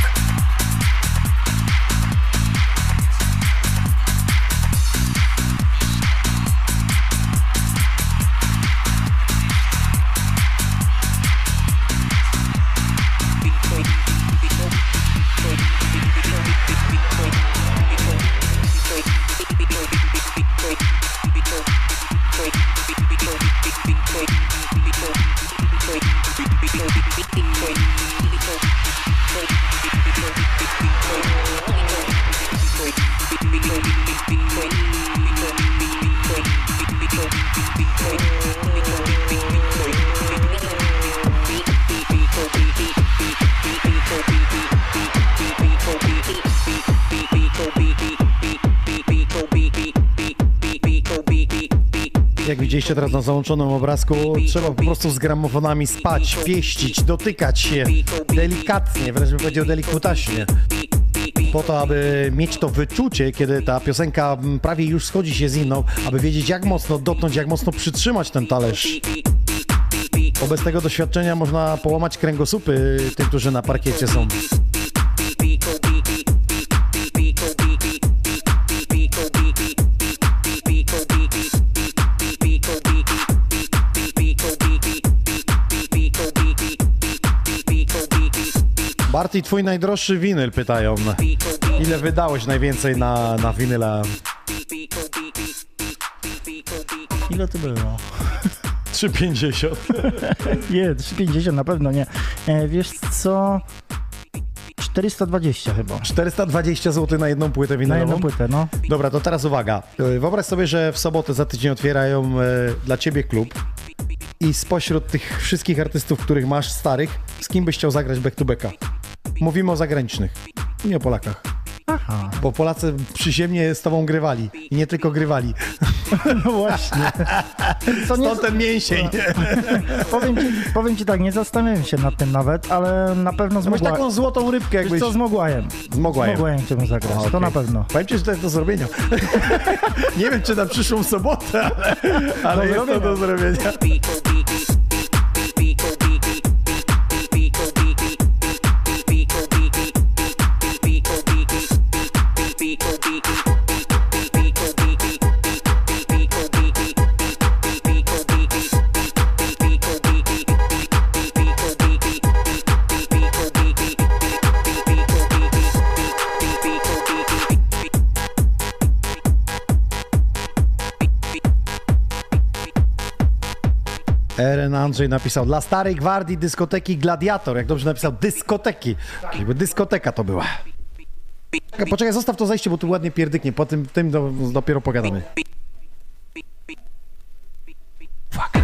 Jak widzieliście teraz na załączonym obrazku, trzeba po prostu z gramofonami spać, pieścić, dotykać się delikatnie, wręcz bym powiedział delikutaśnie. Po to, aby mieć to wyczucie, kiedy ta piosenka prawie już schodzi się z inną, aby wiedzieć, jak mocno dotknąć, jak mocno przytrzymać ten talerz. Bo bez tego doświadczenia można połamać kręgosłupy tym, którzy na parkiecie są. Barty, twój najdroższy winyl, pytają. Ile wydałeś najwięcej na winyla? Ile to było? 3,50. Nie, 3,50 na pewno nie. Wiesz co? 420 chyba. 420 zł na jedną płytę winylową? Na jedną płytę, no. Dobra, to teraz uwaga. Wyobraź sobie, że w sobotę za tydzień otwierają dla ciebie klub i spośród tych wszystkich artystów, których masz starych, z kim byś chciał zagrać back to backa? Mówimy o zagranicznych, nie o Polakach. Aha. Bo Polacy przyziemnie z tobą grywali i nie tylko grywali. No właśnie. To nie... Stąd ten mięsień. powiem ci tak, nie zastanawiam się nad tym nawet, ale na pewno z Masz Mogłajem. taką złotą rybkę, jakbyś... Co z Mogłajem? Z Mogłajem. Z Mogłajem chciałbym zagrać, Okay. to na pewno. Powiem ci, że to jest do zrobienia. Nie wiem, czy na przyszłą sobotę, ale jest to do zrobienia. Eren Andrzej napisał, dla starej gwardii dyskoteki Gladiator, jak dobrze napisał, dyskoteki. Jakby dyskoteka to była. Poczekaj, zostaw to zejście, bo tu ładnie pierdyknie, po tym dopiero pogadamy. Fuck.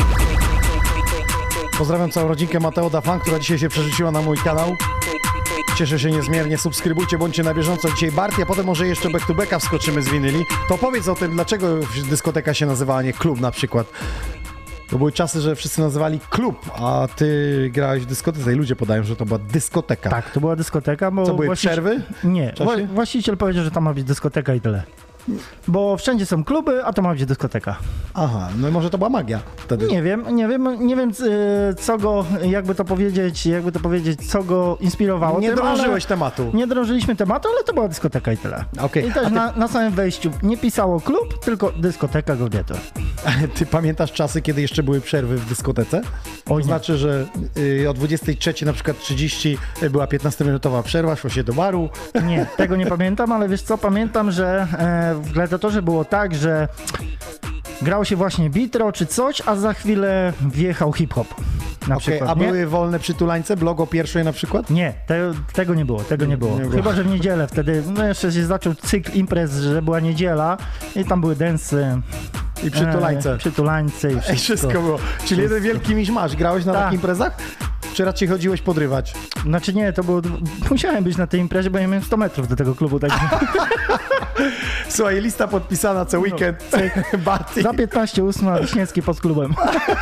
Pozdrawiam całą rodzinkę Mateo da Fan, która dzisiaj się przerzuciła na mój kanał. Cieszę się niezmiernie, subskrybujcie, bądźcie na bieżąco. Dzisiaj Barty, a potem może jeszcze back to backa wskoczymy z winyli. To powiedz o tym, dlaczego dyskoteka się nazywała, nie klub na przykład. To były czasy, że wszyscy nazywali klub, a ty grałeś w dyskotece i ludzie podają, że to była dyskoteka. Tak, to była dyskoteka, bo... Co, były przerwy? Nie, właściciel powiedział, że tam ma być dyskoteka i tyle. Bo wszędzie są kluby, a to ma być dyskoteka. Aha, no i może to była magia wtedy. Nie wiem co go, jakby to powiedzieć, co go inspirowało. Nie drążyłeś tematu. Nie drążyliśmy tematu, ale to była dyskoteka i tyle. Okay. I też na samym wejściu nie pisało klub, tylko dyskoteka Gladiator. Ty pamiętasz czasy, kiedy jeszcze były przerwy w dyskotece? To znaczy, że o 23 na przykład 30 była 15-minutowa przerwa, szło się do baru. Nie, tego nie pamiętam, ale wiesz co, pamiętam, że w Gladiatorze było tak, że grało się właśnie bitro czy coś, a za chwilę wjechał hip-hop na przykład. A były wolne przytulańce, Blogo pierwszej na przykład? Nie, tego nie było, Chyba, że w niedzielę wtedy, jeszcze się zaczął cykl imprez, że była niedziela i tam były densy. I przytulańce. Przytulańce i wszystko było. Czyli jeden wielki miszmasz. Grałeś na takich imprezach? Czy raczej chodziłeś podrywać? Znaczy nie, to było... Musiałem być na tej imprezie, bo ja miałem 100 metrów do tego klubu. Tak. Słuchaj, lista podpisana co weekend. Barty. Za 15:08 Wiśniewski pod klubem.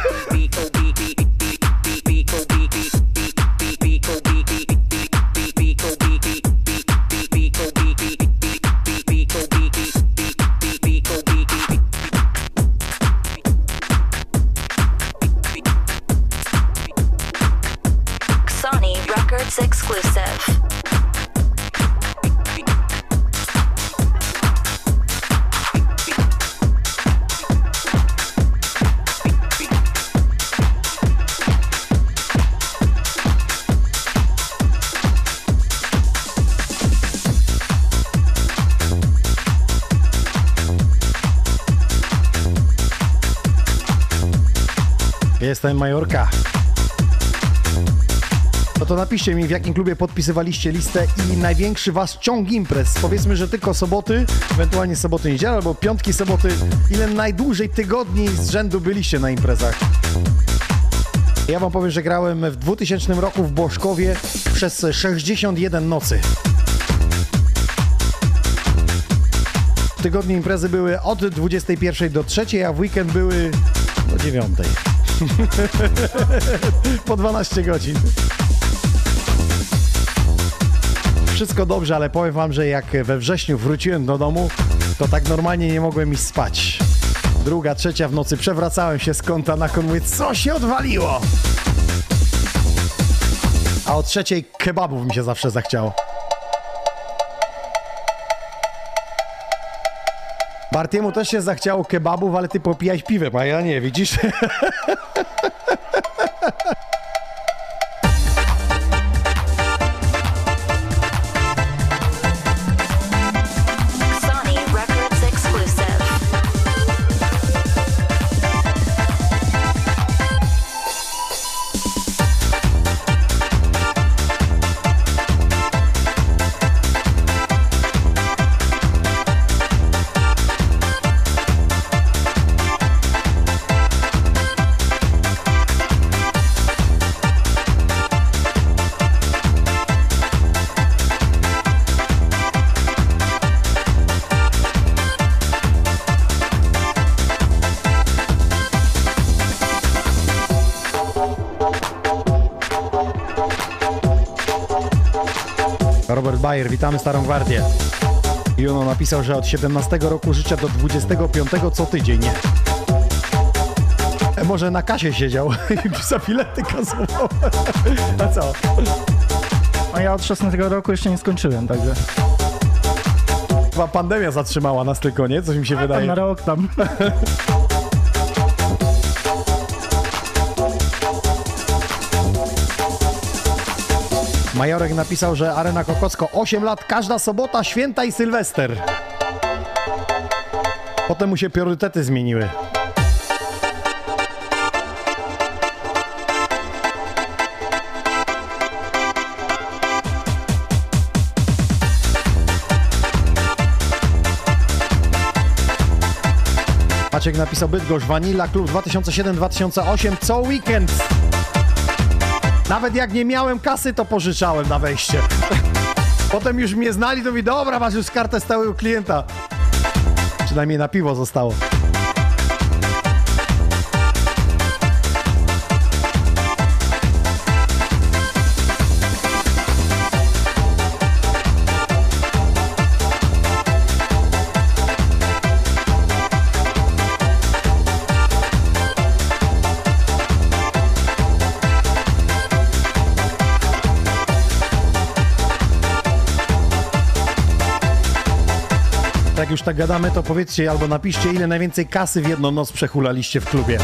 Sony Records exclusive. Jestem Majorka. No to napiszcie mi, w jakim klubie podpisywaliście listę i największy was ciąg imprez. Powiedzmy, że tylko soboty, ewentualnie soboty, niedziela albo piątki, soboty. Ile najdłużej tygodni z rzędu byliście na imprezach? Ja wam powiem, że grałem w 2000 roku w Boszkowie przez 61 nocy. W tygodniu imprezy były od 21 do 3, a w weekend były do 9. Po 12 godzin. Wszystko dobrze, ale powiem wam, że jak we wrześniu wróciłem do domu, to tak normalnie nie mogłem iść spać. 2, 3 w nocy przewracałem się z kąta na kąt, mówię, co się odwaliło? A o 3 kebabów mi się zawsze zachciało. Bartiemu też się zachciało kebabów, ale ty popijałeś piwem, a ja nie, widzisz? Sony Records exclusive. Robert Bayer, witamy Starą Gwardię. Juno napisał, że od 17 roku życia do 25 co tydzień. Może na kasie siedział i za bilety kasował. A co? A ja od 16 roku jeszcze nie skończyłem, także... Chyba pandemia zatrzymała nas tylko, nie? Coś mi się wydaje. Na rok tam. Majorek napisał, że Arena Kokocko 8 lat, każda sobota, święta i Sylwester. Potem mu się priorytety zmieniły. Maciek napisał Bydgoszcz, Vanilla Klub 2007-2008, co weekend. Nawet jak nie miałem kasy, to pożyczałem na wejście. Potem już mnie znali, to mówi, dobra, masz już kartę stałego klienta. Przynajmniej na piwo zostało. Jak już tak gadamy, to powiedzcie albo napiszcie, ile najwięcej kasy w jedną noc przehulaliście w klubie.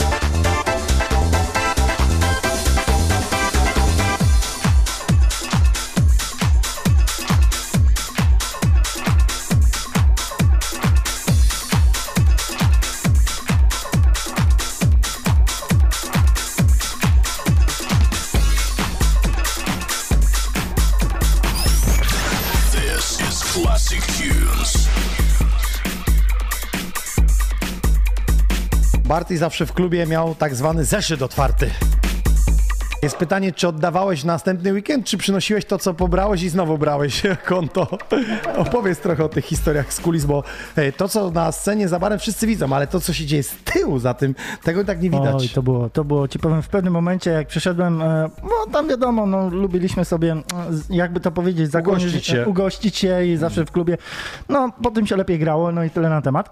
Barty zawsze w klubie miał tak zwany zeszyt otwarty. Jest pytanie, czy oddawałeś następny weekend, czy przynosiłeś to, co pobrałeś i znowu brałeś konto? Opowiedz trochę o tych historiach z kulis, bo to, co na scenie za barem wszyscy widzą, ale to, co się dzieje z tyłu za tym, tego tak nie widać. Oj, to było, ci powiem, w pewnym momencie, jak przyszedłem, no tam wiadomo, no lubiliśmy sobie, jakby to powiedzieć, ugościć się i zawsze w klubie, no po tym się lepiej grało, no i tyle na temat.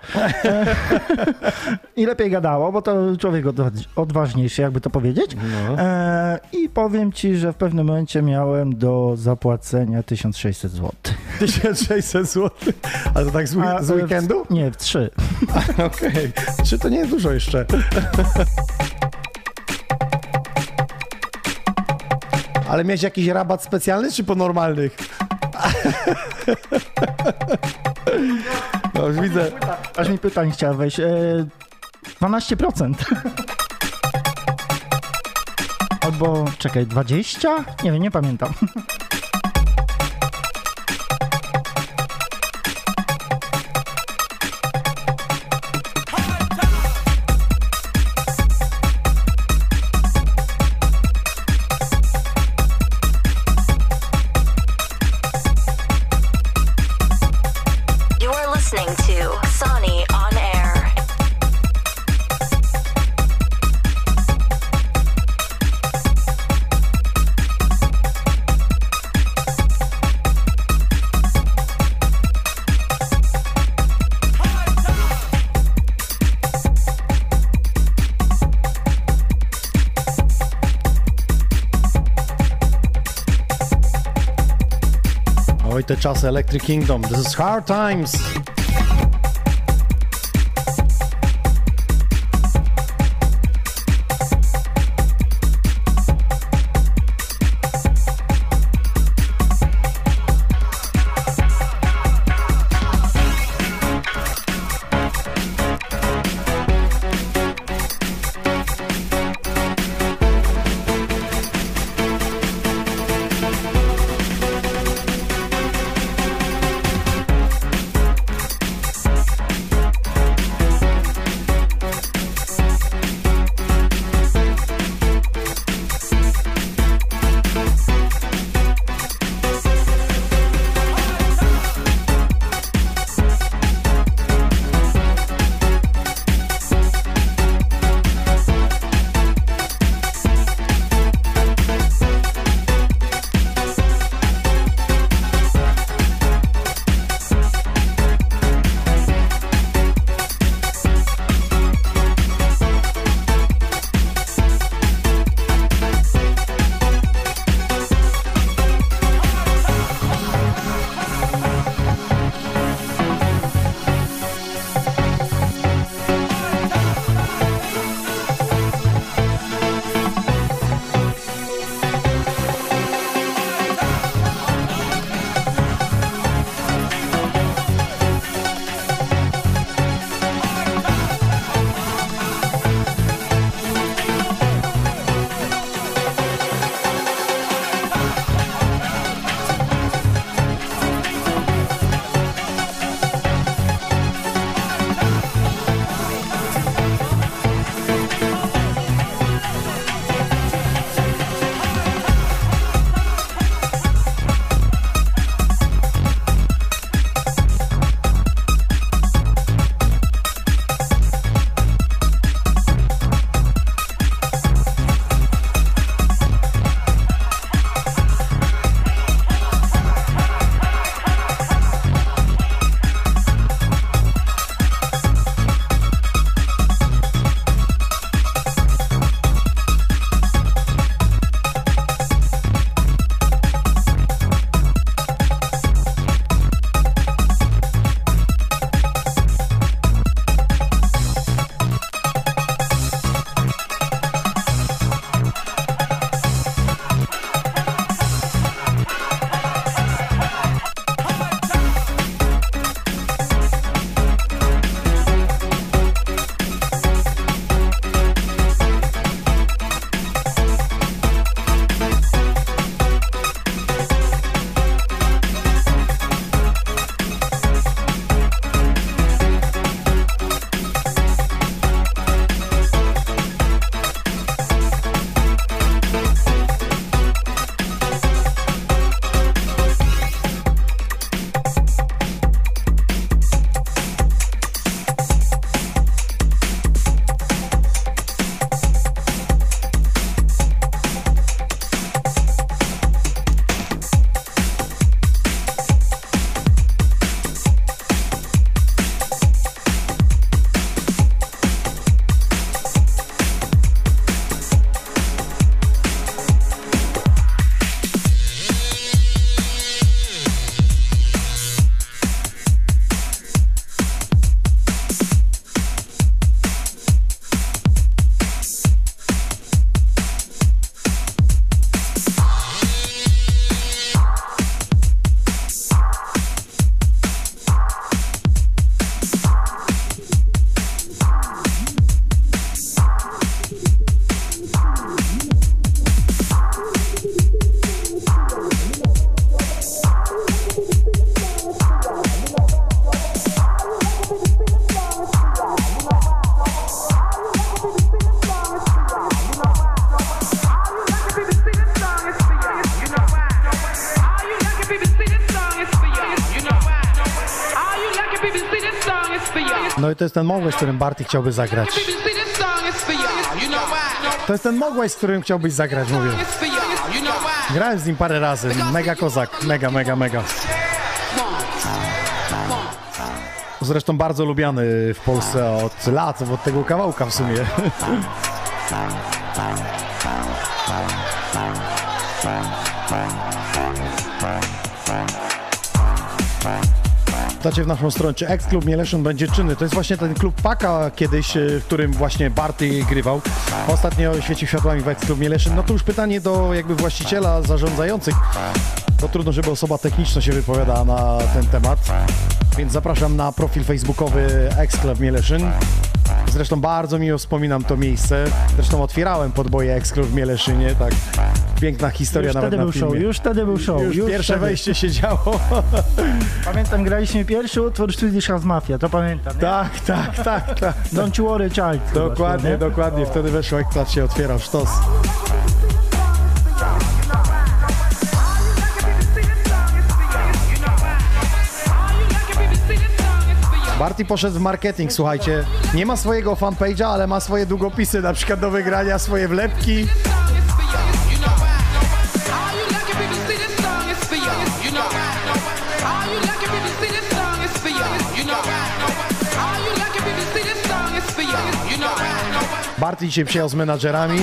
I lepiej gadało, bo to człowiek odważniejszy, jakby to powiedzieć. No. I powiem ci, że w pewnym momencie miałem do zapłacenia 1600 zł. 1600 zł? Ale to tak z weekendu? Nie, w 3. Okej. 3 to nie jest dużo jeszcze. Ale miałeś jakiś rabat specjalny, czy po normalnych? No już widzę. Aż mi pytań chciała wejść. 12%. Albo, czekaj, 20? Nie wiem, nie pamiętam. You are listening to Sony on Air. Oj, te czasy Electric Kingdom. This is hard times. No i to jest ten Mogłeś, z którym Barty chciałby zagrać. To jest ten Mogłeś, z którym chciałbyś zagrać, mówię. Grałem z nim parę razy, mega kozak, mega. Zresztą bardzo lubiany w Polsce od lat, od tego kawałka w sumie. Wpadacie w naszą stronę, czy X-Klub Mieleszyn będzie czynny. To jest właśnie ten klub Paka kiedyś, w którym właśnie Barty grywał. Ostatnio świeci światłami w X-Klub Mieleszyn. No to już pytanie do jakby właściciela, zarządzających. To trudno, żeby osoba techniczna się wypowiadała na ten temat. Więc zapraszam na profil facebookowy X-Klub Mieleszyn. Zresztą bardzo miło wspominam to miejsce. Zresztą otwierałem podboje X-Klub w Mieleszynie, tak. Piękna historia, już nawet wtedy na był filmie. Już wtedy był show. Już pierwsze wtedy. wejście się działo. Pamiętam, graliśmy pierwszy utwór Swedish House Mafia, to pamiętam, nie? Tak. Don't you worry, child. Dokładnie. Wtedy weszło, jak się otwierał sztos. Barty poszedł w marketing, słuchajcie. Nie ma swojego fanpage'a, ale ma swoje długopisy, na przykład do wygrania, swoje wlepki. Barty dzisiaj przyjechał z menadżerami.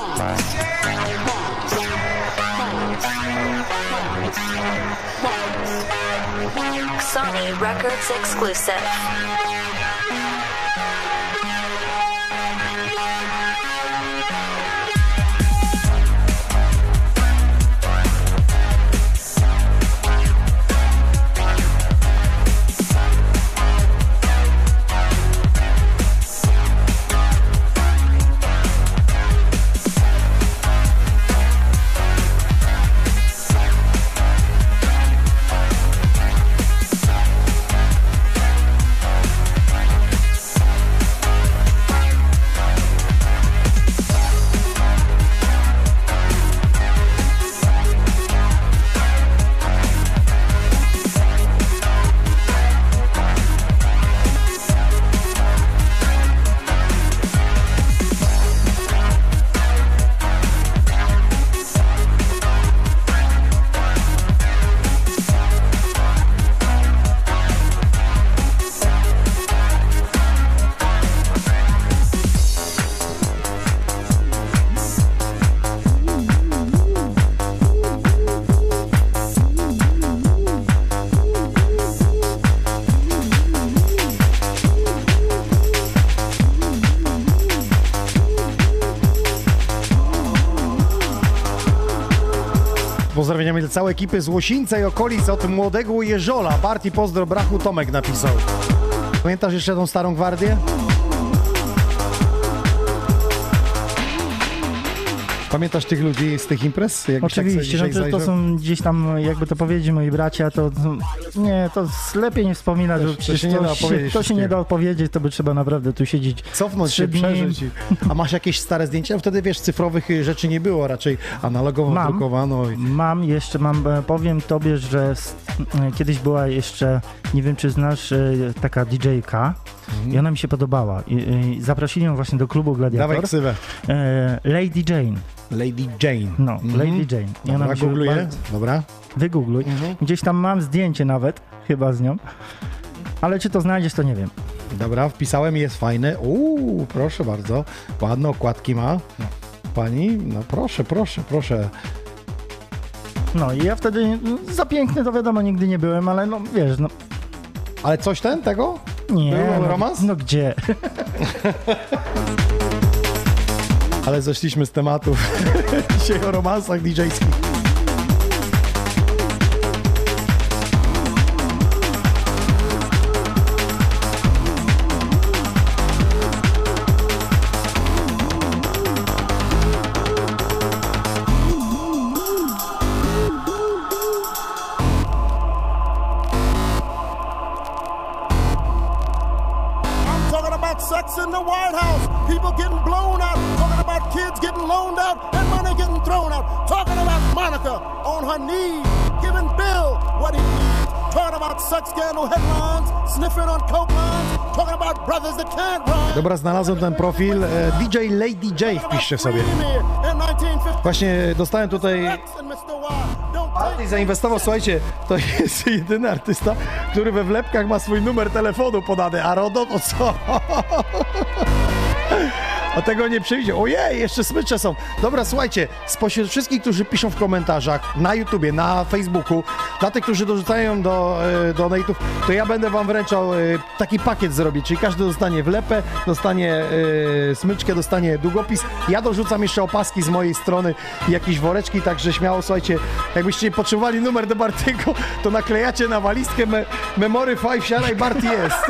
Sony Records exclusive. Pozdrowieniami dla całej ekipy z Łosińca i okolic od młodego Jeżola. Barty pozdro, brachu Tomek napisał. Pamiętasz jeszcze tą starą gwardię? Pamiętasz tych ludzi z tych imprez? Jakbyś Oczywiście, tak no to są gdzieś tam, jakby to powiedzieć, moi bracia, to nie, to lepiej nie wspominać, bo przecież to się nie da opowiedzieć, to by trzeba naprawdę tu siedzieć. Cofnąć się, przeżyć. A masz jakieś stare zdjęcia? Wtedy wiesz, cyfrowych rzeczy nie było, raczej analogowo drukowano. Powiem tobie, że kiedyś była jeszcze, nie wiem czy znasz, taka DJ-ka i ona mi się podobała. I zaprosili ją właśnie do klubu Gladiator. Dawaj ksywę. Lady Jane. Lady Jane. No, Lady Jane. I Dobra, googluję. Dobra. Wygoogluj. Gdzieś tam mam zdjęcie nawet, chyba z nią. Ale czy to znajdziesz, to nie wiem. Dobra, wpisałem i jest fajne. Proszę bardzo. Ładne okładki ma. Pani, no proszę. No i ja wtedy za piękny to wiadomo nigdy nie byłem, ale no wiesz, no. Ale coś tego? Nie. Był romans? No gdzie? Ale zeszliśmy z tematów dzisiaj o romansach DJ-skich. Sex in the White House, people getting blown out, talking about kids getting loaned out and money getting thrown out, talking about Monica on her knees, giving Bill what he needs. talking about sex scandal headlines, sniffing on coke lines, talking about brothers that can't run. Dobra, znalazłem ten profil. DJ Lady J, wpiszcie sobie. Właśnie dostałem tutaj... Artyst zainwestował, słuchajcie, to jest jedyny artysta, który we wlepkach ma swój numer telefonu podany, a RODO to co? A tego nie przyjdzie. Ojej, jeszcze smycze są. Dobra, słuchajcie, spośród wszystkich, którzy piszą w komentarzach na YouTubie, na Facebooku, dla tych, którzy dorzucają do donate'ów, to ja będę wam wręczał taki pakiet zrobić, czyli każdy dostanie wlepę, dostanie smyczkę, dostanie długopis. Ja dorzucam jeszcze opaski z mojej strony i jakieś woreczki, także śmiało, słuchajcie, jakbyście potrzebowali numer do Bartiego, to naklejacie na walizkę Memory 5, siara i Barty jest.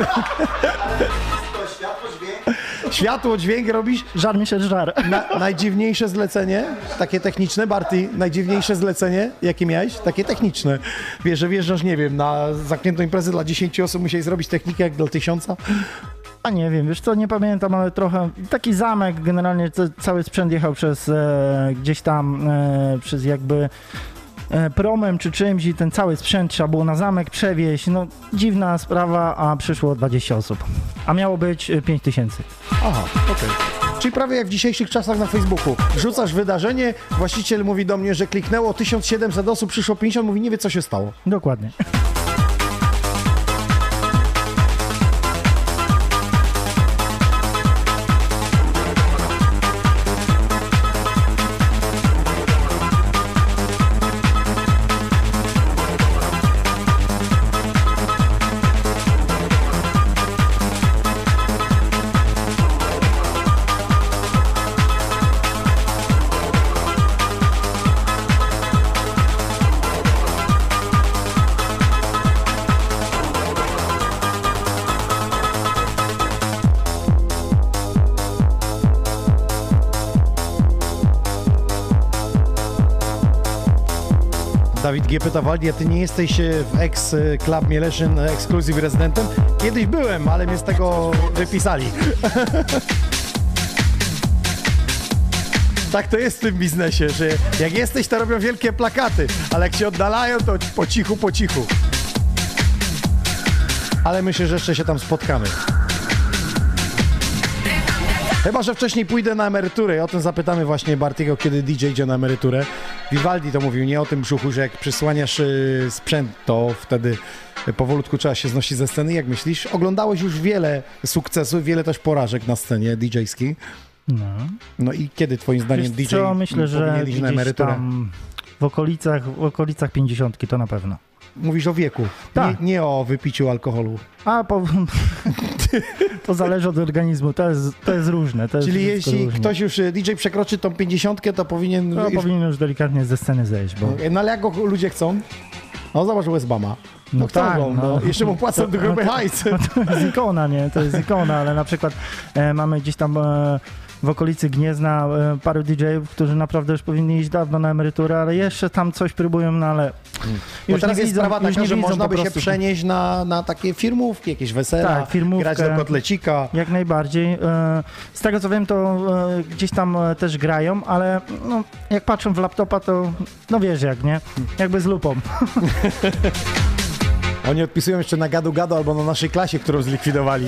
Światło, dźwięk robisz? Żar mi się żar. Najdziwniejsze zlecenie, takie techniczne, Barty, najdziwniejsze zlecenie, jakie miałeś? Takie techniczne. Wiesz, że wjeżdżasz, nie wiem, na zamkniętą imprezę dla 10 osób, musiałeś zrobić technikę jak dla 1000? A nie wiem, wiesz co, nie pamiętam, ale trochę taki zamek, generalnie cały sprzęt jechał przez gdzieś tam, przez jakby promem czy czymś i ten cały sprzęt trzeba było na zamek przewieźć, no dziwna sprawa, a przyszło 20 osób, a miało być 5000. Aha, okej. Czyli prawie jak w dzisiejszych czasach na Facebooku. Wrzucasz wydarzenie, właściciel mówi do mnie, że kliknęło 1700 osób, przyszło 50, mówi, nie wie co się stało. Dokładnie. Dawid G. pyta, Waldi, a ty nie jesteś w Club Mieleszyn Exclusive rezydentem? Kiedyś byłem, ale mnie z tego wypisali. Tak to jest w tym biznesie, że jak jesteś, to robią wielkie plakaty, ale jak się oddalają, to po cichu. Ale myślę, że jeszcze się tam spotkamy. Chyba że wcześniej pójdę na emeryturę i o tym zapytamy właśnie Bartiego, kiedy DJ idzie na emeryturę. Vivaldi to mówił, nie o tym brzuchu, że jak przysłaniasz sprzęt, to wtedy powolutku trzeba się znosić ze sceny. Jak myślisz? Oglądałeś już wiele sukcesów, wiele też porażek na scenie DJ-skiej. No i kiedy twoim zdaniem DJ myślę, że iść na emeryturę? Tam w okolicach 50 to na pewno. Mówisz o wieku, tak. Nie o wypiciu alkoholu. To zależy od organizmu, to jest różne. Czyli jeśli ktoś już DJ przekroczy tą 50, to powinien... powinien już delikatnie ze sceny zejść. Bo... No ale jak go ludzie chcą? No zobacz Westbama. No tak, jeszcze mu płacą do grupy hajs. To jest ikona, nie? To jest ikona, ale na przykład mamy gdzieś tam... w okolicy Gniezna paru DJ-ów, którzy naprawdę już powinni iść dawno na emeryturę, ale jeszcze tam coś próbują, no ale już teraz jest sprawa taka, że można by się przenieść na takie firmówki, jakieś wesela, tak, grać do kotlecika. Jak najbardziej. Z tego co wiem, to gdzieś tam też grają, ale no, jak patrzą w laptopa, to no wiesz jak, nie? Jakby z lupą. Oni odpisują jeszcze na gadu albo na naszej klasie, którą zlikwidowali.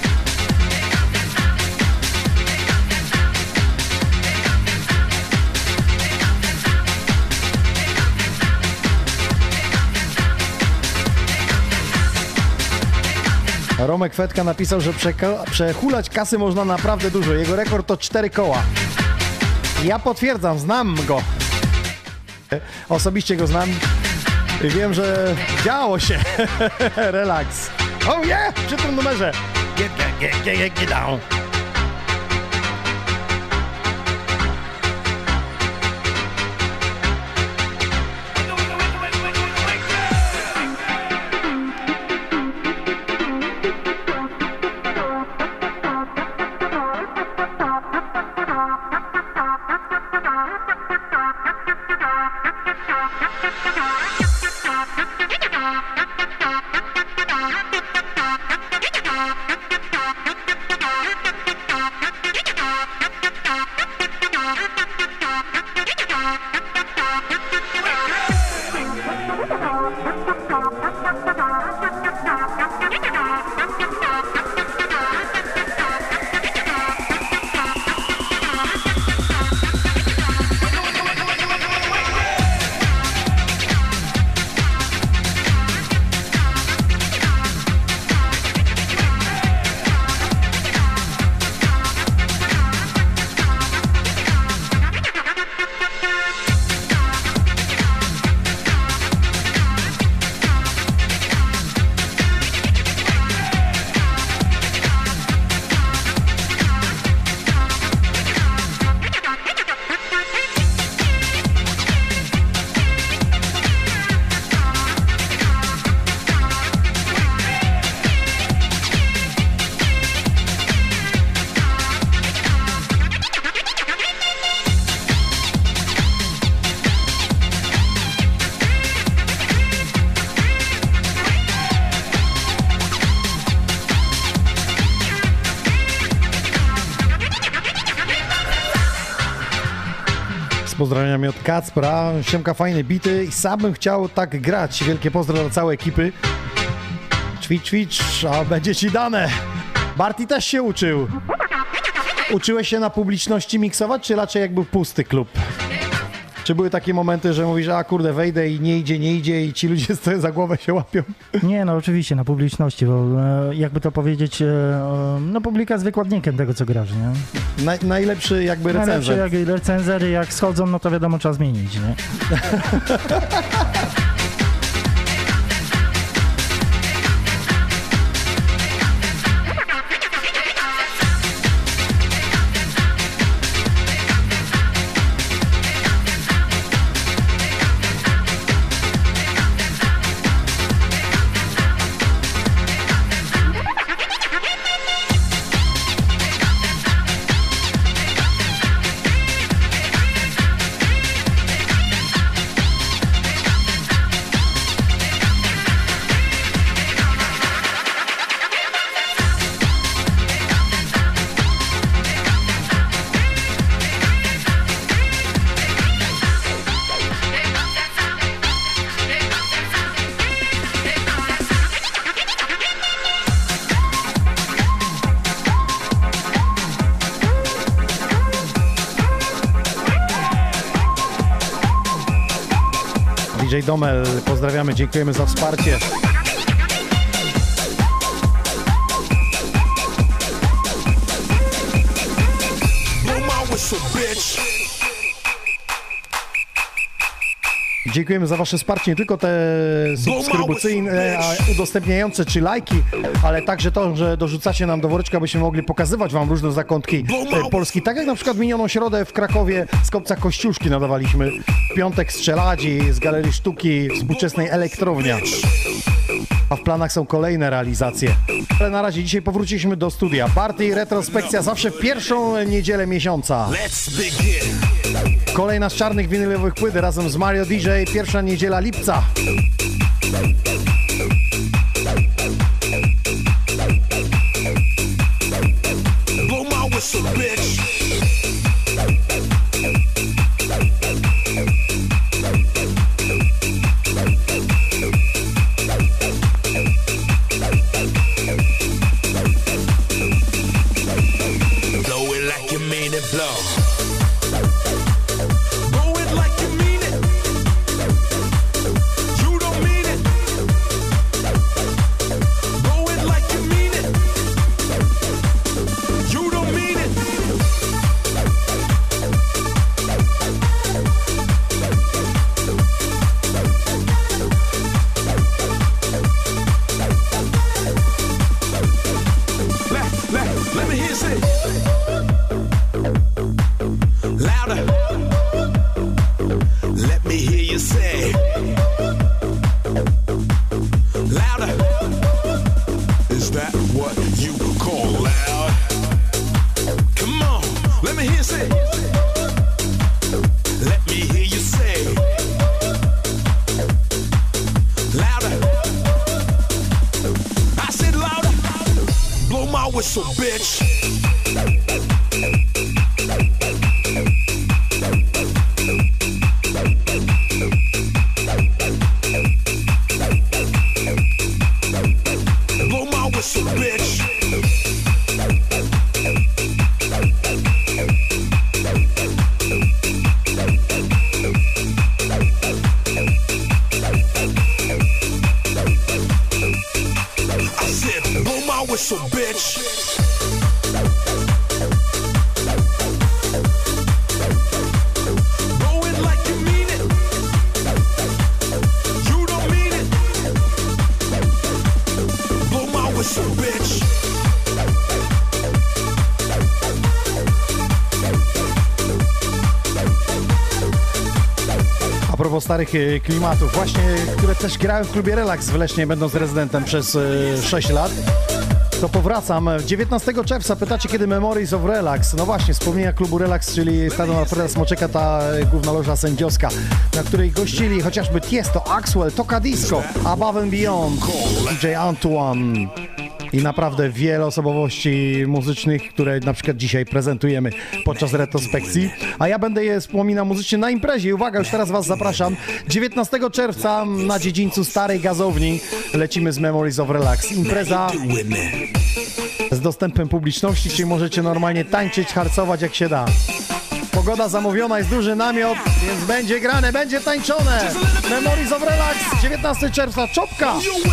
Romek Fetka napisał, że przehulać kasy można naprawdę dużo. Jego rekord to 4 koła. Ja potwierdzam, znam go. Osobiście go znam. I wiem, że działo się. Relaks. Oh yeah! Przy tym numerze. Get down. pozdrowieniami od Kacpra. Siemka, fajne bity i sam bym chciał tak grać. Wielkie pozdro dla całej ekipy. Ćwicz, a będzie ci dane. Barty też się uczył. Uczyłeś się na publiczności miksować, czy raczej jak był pusty klub? Czy były takie momenty, że mówisz, a kurde, wejdę i nie idzie i ci ludzie stoją za głowę się łapią? Nie, no oczywiście, na publiczności, bo jakby to powiedzieć, no publika jest wykładnikiem tego, co grasz, nie? Najlepszy jakby recenzer. Najlepszy jak recenzery, jak schodzą, no to wiadomo, trzeba zmienić, nie? DJ Domel, pozdrawiamy, dziękujemy za wsparcie. Dziękujemy za wasze wsparcie, nie tylko te subskrybucyjne, a udostępniające czy lajki, ale także to, że dorzucacie nam do woreczka, byśmy mogli pokazywać wam różne zakątki Polski. Tak jak na przykład minioną środę w Krakowie z kopca Kościuszki nadawaliśmy, w piątek z Czeladzi, z Galerii Sztuki, współczesnej Elektrownia. A w planach są kolejne realizacje. Ale na razie dzisiaj powróciliśmy do studia. Party i retrospekcja zawsze w pierwszą niedzielę miesiąca. Kolejna z czarnych winylowych płyt razem z Mario DJ, pierwsza niedziela lipca. Blow my whistle, bitch. Blow it like you mean it, blow. Whistle, bitch. Blow my whistle, bitch. I said, blow my whistle, bitch. A propos starych klimatów, właśnie, które też grałem w klubie Relax w Lesznie, będąc rezydentem przez 6 lat, to powracam. 19 czerwca pytacie, kiedy Memories of Relax. No właśnie, wspomnienia klubu Relax, czyli stadion Alfreda Smoczeka, ta główna loża sędziowska, na której gościli chociażby Tiesto, Axwell, Toka Disco, Above and Beyond, DJ Antoine. i naprawdę wiele osobowości muzycznych, które na przykład dzisiaj prezentujemy podczas retrospekcji, a ja będę je wspominał muzycznie na imprezie. I uwaga, już teraz was zapraszam. 19 czerwca na dziedzińcu Starej Gazowni lecimy z Memories of Relax. Impreza z dostępem publiczności, czyli możecie normalnie tańczyć, harcować jak się da. Pogoda zamówiona, jest duży namiot, więc będzie grane, będzie tańczone. Memories of Relax, 19 czerwca, czopka!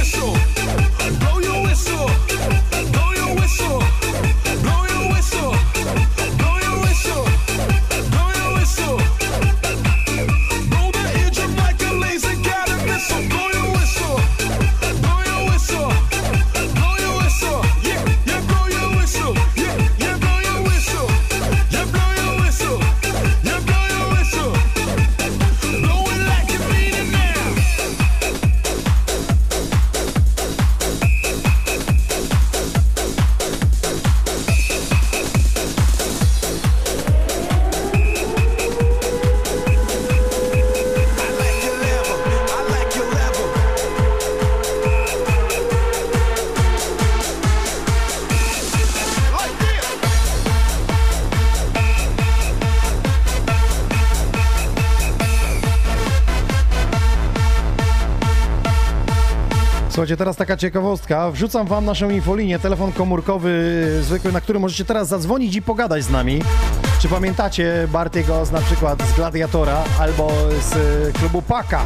Słuchajcie, teraz taka ciekawostka. Wrzucam wam naszą infolinię, telefon komórkowy zwykły, na który możecie teraz zadzwonić i pogadać z nami. Czy pamiętacie Bartiego na przykład z Gladiatora albo z klubu Paka?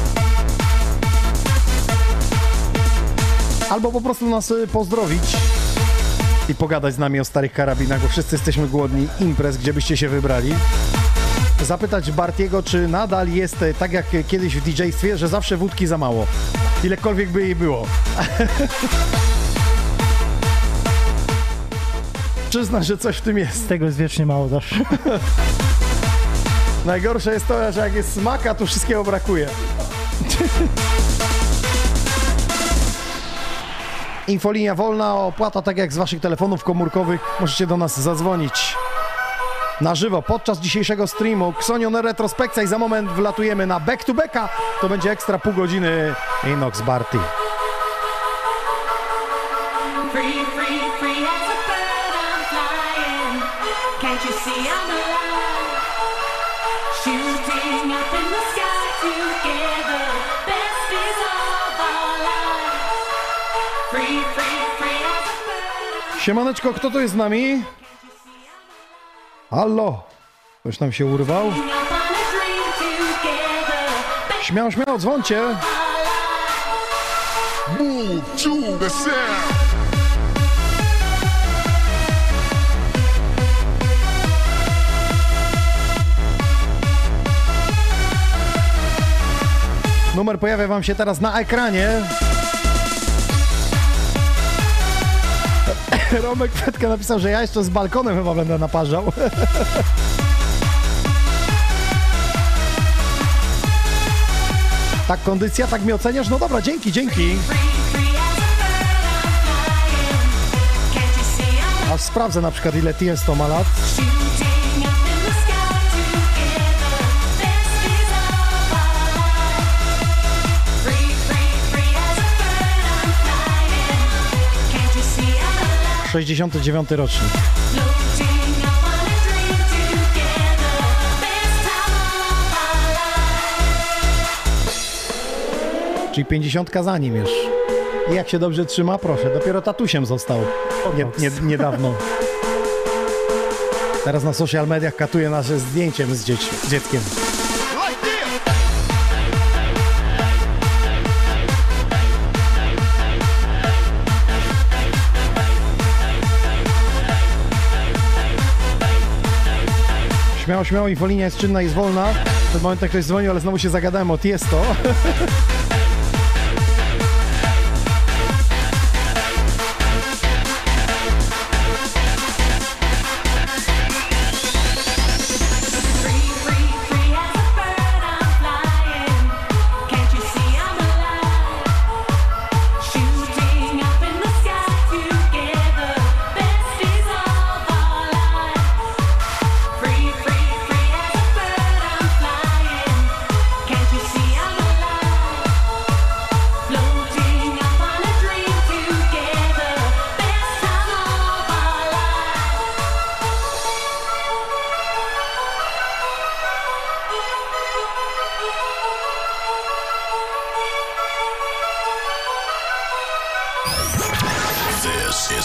Albo po prostu nas pozdrowić i pogadać z nami o starych karabinach, bo wszyscy jesteśmy głodni imprez, gdzie byście się wybrali. Zapytać Bartiego, czy nadal jest tak jak kiedyś w DJ-stwie, że zawsze wódki za mało. Ilekolwiek by jej było. Przyznam, że coś w tym jest. Z tego jest wiecznie mało zawsze. Najgorsze jest to, że jak jest smaka, to wszystkiego brakuje. Infolinia wolna, opłata tak jak z waszych telefonów komórkowych. Możecie do nas zadzwonić na żywo podczas dzisiejszego streamu. Xonion Retrospekcja i za moment wlatujemy na Back to Backa. To będzie ekstra pół godziny Inox Barty. Free, free, free as a bird I'm flying. Can't you see I'm alive? Shooting up in the sky together. Best is of our lives. Free, free, free as a bird. Siemaneczko, kto to jest z nami? Hallo? Ktoś nam się urwał? Śmiało, śmiało, dzwoncie. Move to the sound. Numer pojawia wam się teraz na ekranie. Romek Kwetka napisał, że ja jeszcze z balkonem chyba będę naparzał. Tak kondycja, tak mnie oceniasz? No dobra, dzięki, dzięki. Aż sprawdzę na przykład, ile Tiesto ma lat. — 69. rocznik. Czyli 50 za nim już. I jak się dobrze trzyma? Proszę, dopiero tatusiem został niedawno. Teraz na social mediach katuje nas zdjęciem z dzieckiem. Śmiało, śmiało, infolinia jest czynna i jest wolna. Przed momentem ktoś dzwonił, ale znowu się zagadałem o Tiesto.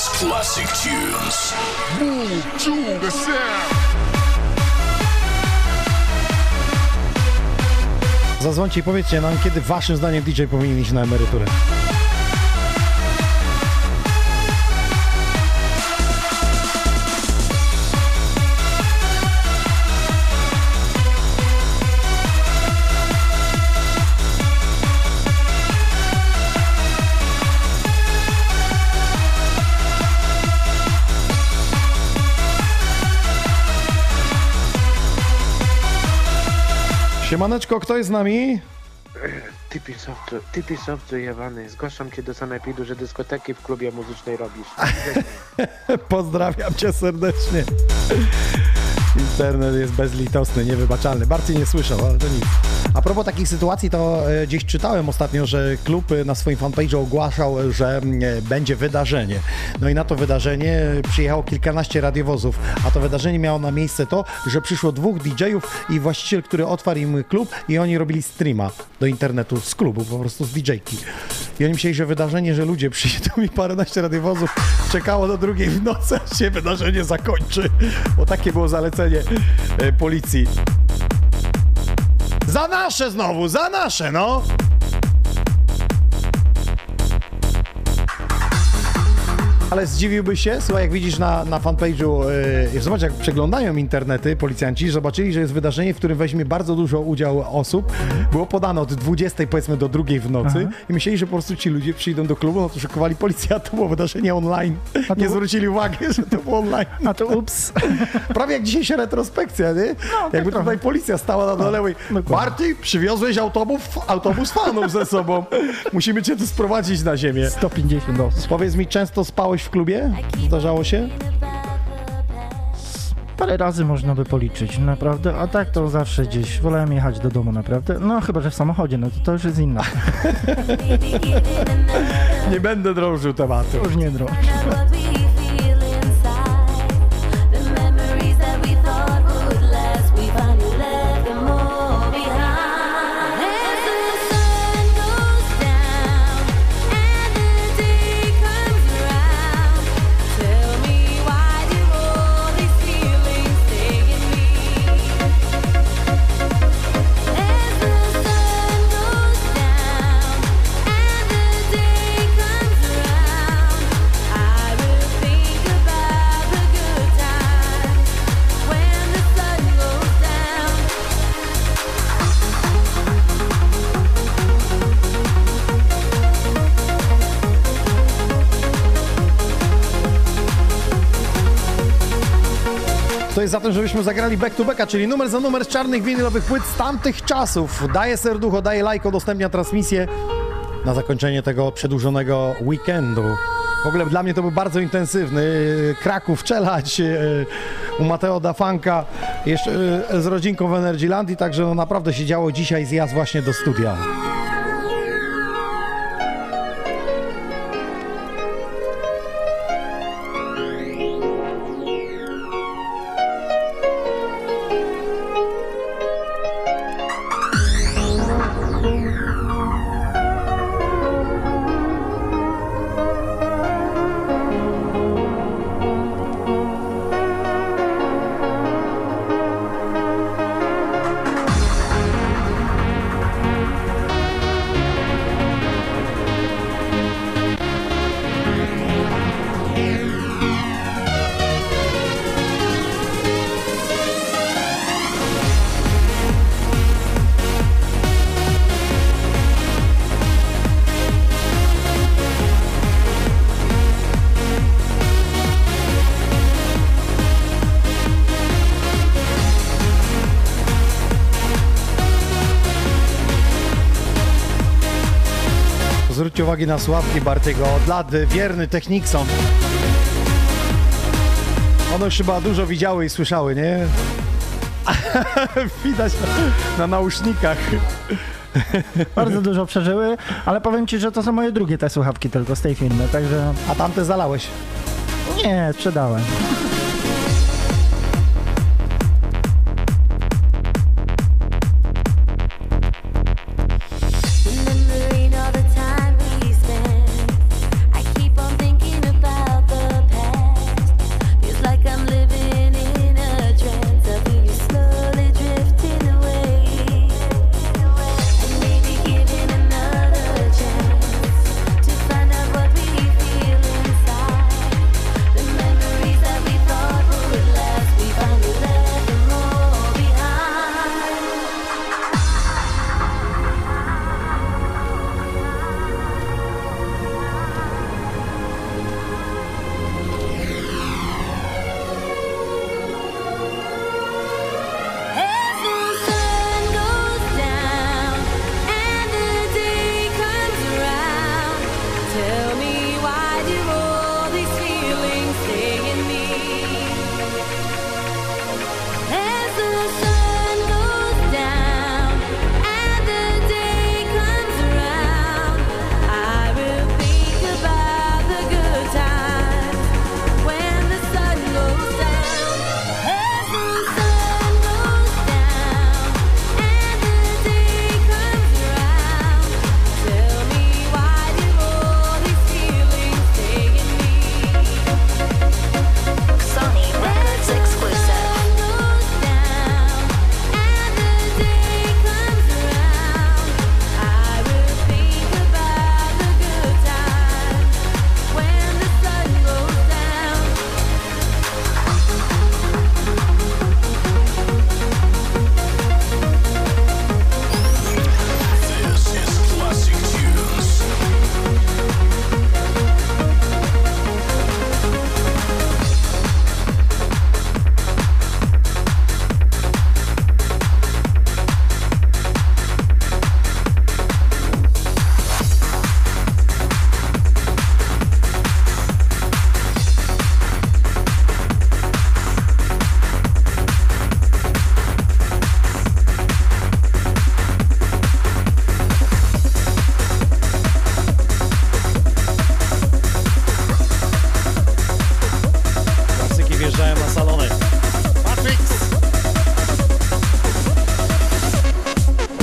Just classic tunes. Move to the sound. Zadzwońcie i powiedzcie nam, kiedy waszym zdaniem DJ powinien iść na emeryturę. Siemaneczko, kto jest z nami? Ty pisowcu jebany, zgłaszam cię do sanepidu, że dyskoteki w klubie muzycznej robisz. Pozdrawiam cię serdecznie. Internet jest bezlitosny, niewybaczalny. Bardziej nie słyszał, ale to nic. A propos takich sytuacji, to gdzieś czytałem ostatnio, że klub na swoim fanpage'u ogłaszał, że będzie wydarzenie. No i na to wydarzenie przyjechało kilkanaście radiowozów, a to wydarzenie miało na miejsce to, że przyszło 2 DJ-ów i właściciel, który otwarł im klub i oni robili streama do internetu z klubu, po prostu z DJ-ki. I oni myśleli, że wydarzenie, że ludzie przyjdą i paręnaście radiowozów czekało do 2 w nocy, aż się wydarzenie zakończy. Bo takie było zalecenie policji. Za nasze znowu, za nasze, no! Ale zdziwiłbyś się, słuchaj, jak widzisz na fanpage'u, zobacz, jak przeglądają internety policjanci, zobaczyli, że jest wydarzenie, w którym weźmie bardzo dużo udziału osób. Było podane od 20 powiedzmy do 2 w nocy. Aha. I myśleli, że po prostu ci ludzie przyjdą do klubu, no to szykowali policję, a to było wydarzenie online. Nie zwrócili uwagi, że to było online. A to ups. Prawie jak dzisiejsza retrospekcja, nie? No, jakby tak tutaj policja stała na dole i Barty, przywiozłeś autobus fanów ze sobą. Musimy cię tu sprowadzić na ziemię. 150 osób. Powiedz mi, często spałeś w klubie? Zdarzało się? Parę razy można by policzyć, naprawdę, a tak to zawsze gdzieś. Wolałem jechać do domu, naprawdę. No chyba, że w samochodzie, no to już jest inna. Nie będę drążył tematu. Już nie drąż. To jest za tym, żebyśmy zagrali back to backa, czyli numer za numer z czarnych winylowych płyt z tamtych czasów. Daję serducho, daję lajko, udostępnia transmisję na zakończenie tego przedłużonego weekendu. W ogóle dla mnie to był bardzo intensywny. Kraków, Czelać, u Mateo da Funka, jeszcze z rodzinką w Energylandii, także no naprawdę się działo dzisiaj zjazd właśnie do studia. Zwróćcie uwagę na sławki Bartiego, od lat wierny Techniksom. One już chyba dużo widziały i słyszały, nie? Widać na nausznikach. Bardzo dużo przeżyły, ale powiem ci, że to są moje drugie te słuchawki tylko z tej firmy, także... A tamte zalałeś? Nie, sprzedałem. Remembering all the time we spent, I keep on thinking about the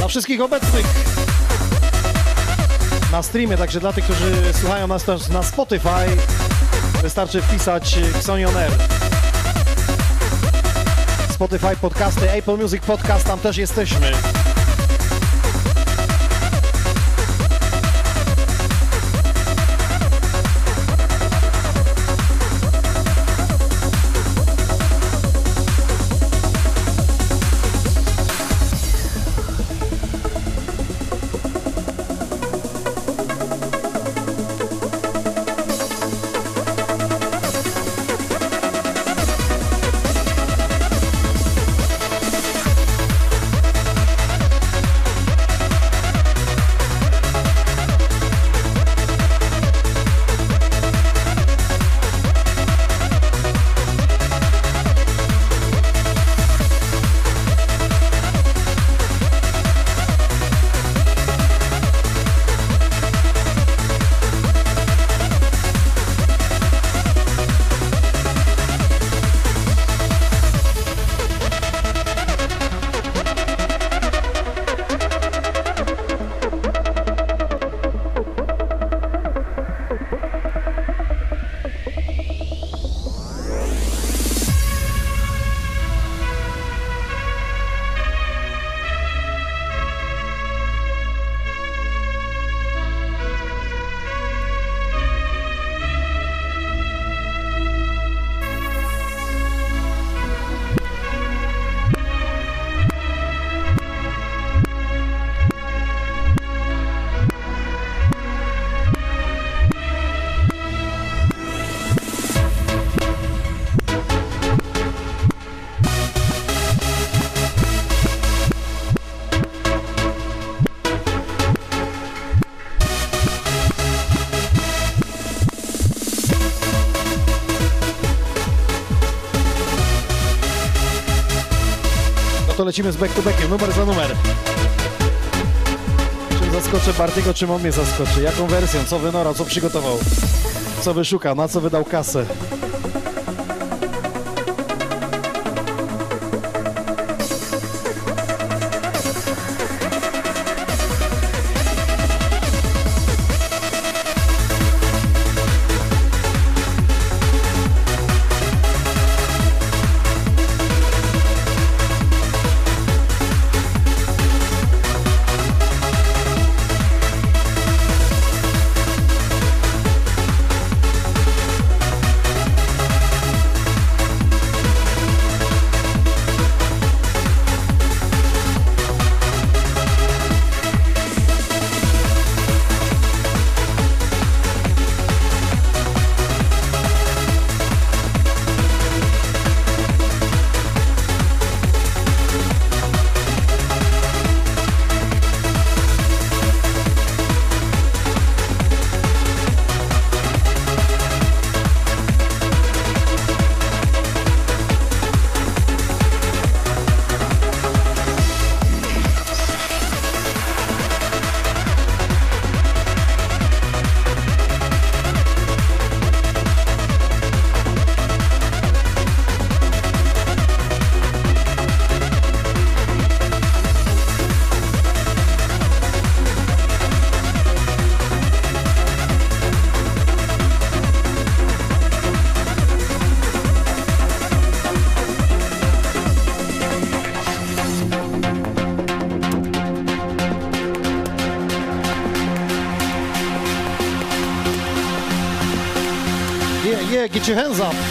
wszystkich obecnych na streamie, także dla tych, którzy słuchają nas też na Spotify, wystarczy wpisać Xonion Air. Spotify podcasty, Apple Music Podcast, tam też jesteśmy. To lecimy z back to backiem, numer za numer. Czym zaskoczę Bartiego, czym on mnie zaskoczy? Jaką wersją? Co wynorał? Co przygotował? Co wyszuka? Na co wydał kasę? Yeah, get your hands up.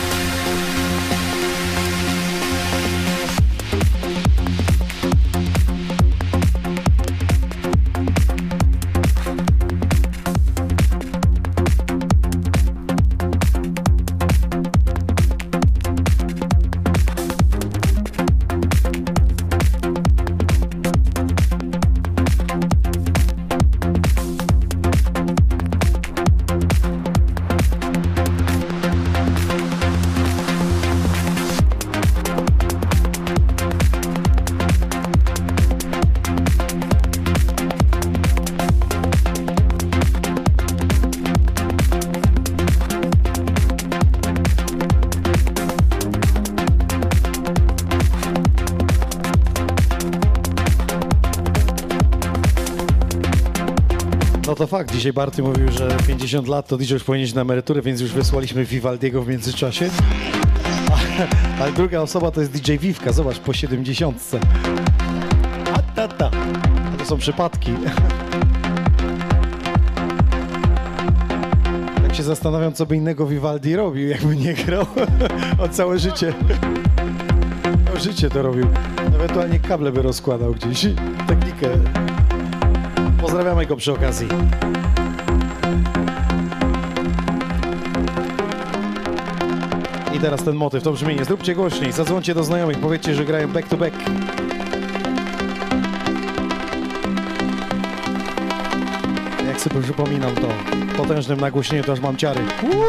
No to fakt, dzisiaj Barty mówił, że 50 lat to DJ już powinien iść na emeryturę, więc już wysłaliśmy Vivaldiego w międzyczasie. Ale druga osoba to jest DJ Vivka, zobacz, po 70. A tata. To są przypadki. Tak się zastanawiam, co by innego Vivaldi robił, jakby nie grał. On całe życie. Całe życie to robił. Ewentualnie kable by rozkładał gdzieś. Technikę. Pozdrawiamy go przy okazji. I teraz ten motyw, to brzmienie. Zróbcie głośniej, zadzwońcie do znajomych, powiedzcie, że grają back to back. Jak sobie przypominam to potężnym nagłośnieniu, to aż mam ciary.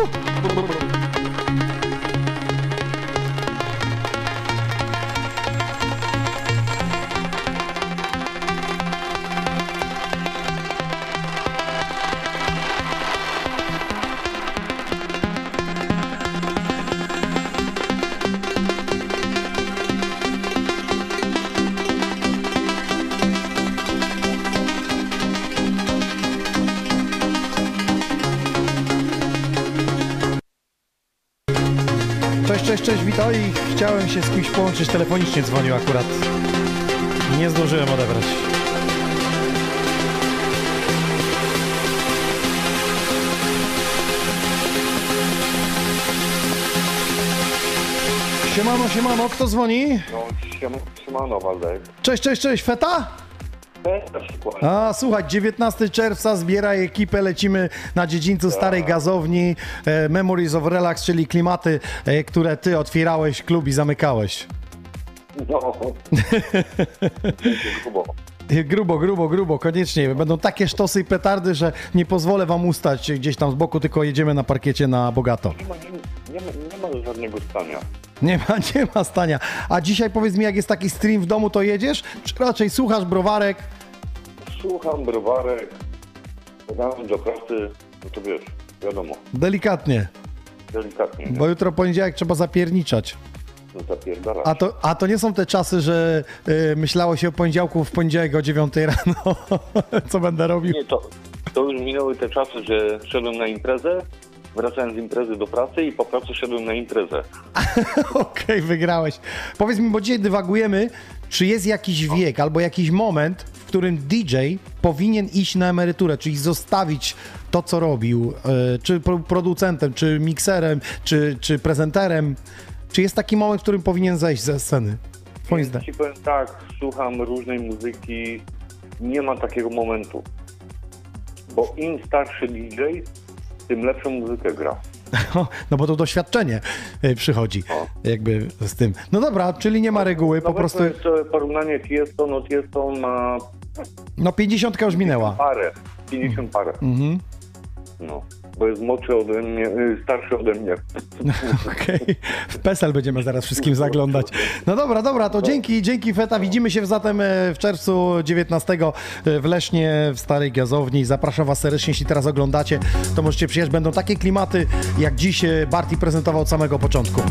Cześć, witaj. Chciałem się z kimś połączyć, telefonicznie dzwonił akurat. Nie zdążyłem odebrać. Siemano, kto dzwoni? No, siemano, Waldek. Cześć, Feta? A, słuchaj, 19 czerwca zbieraj ekipę, lecimy na dziedzińcu Starej Gazowni, Memories of Relax, czyli klimaty, które ty otwierałeś, klub i zamykałeś. No, Grubo, koniecznie. Będą takie sztosy i petardy, że nie pozwolę wam ustać gdzieś tam z boku, tylko jedziemy na parkiecie na bogato. nie ma żadnego stania. Nie ma stania. A dzisiaj powiedz mi, jak jest taki stream w domu, to jedziesz? Czy raczej słuchasz browarek? Słucham browarek, podałem do pracy, no to wiesz, wiadomo. Delikatnie. Nie? Bo jutro poniedziałek trzeba zapierniczać. No zapierdalać. A to nie są te czasy, że myślało się o poniedziałku w poniedziałek o 9 rano, co będę robił? Nie, to już minęły te czasy, że szedłem na imprezę, wracałem z imprezy do pracy i po pracy szedłem na imprezę. Okej, wygrałeś. Powiedz mi, bo dzisiaj dywagujemy, czy jest jakiś wiek albo jakiś moment, w którym DJ powinien iść na emeryturę, czyli zostawić to, co robił, czy producentem, czy mikserem, czy prezenterem. Czy jest taki moment, w którym powinien zejść ze sceny? Twoim zdaniem. Ci powiem tak, słucham różnej muzyki, nie ma takiego momentu. Bo im starszy DJ, tym lepszą muzykę gra. No bo to doświadczenie przychodzi jakby z tym. No dobra, czyli nie ma reguły, po prostu... To porównanie Tiesto ma... No 50 już minęła. 50 parę. Mhm. No, bo jest młodszy ode mnie, starszy ode mnie. Okej. W PESEL będziemy zaraz wszystkim zaglądać. No dobra, to dzięki Feta. Widzimy się zatem w czerwcu 19 w Lesznie, w Starej Gazowni. Zapraszam was serdecznie, jeśli teraz oglądacie, to możecie przyjechać. Będą takie klimaty, jak dziś Barty prezentował od samego początku.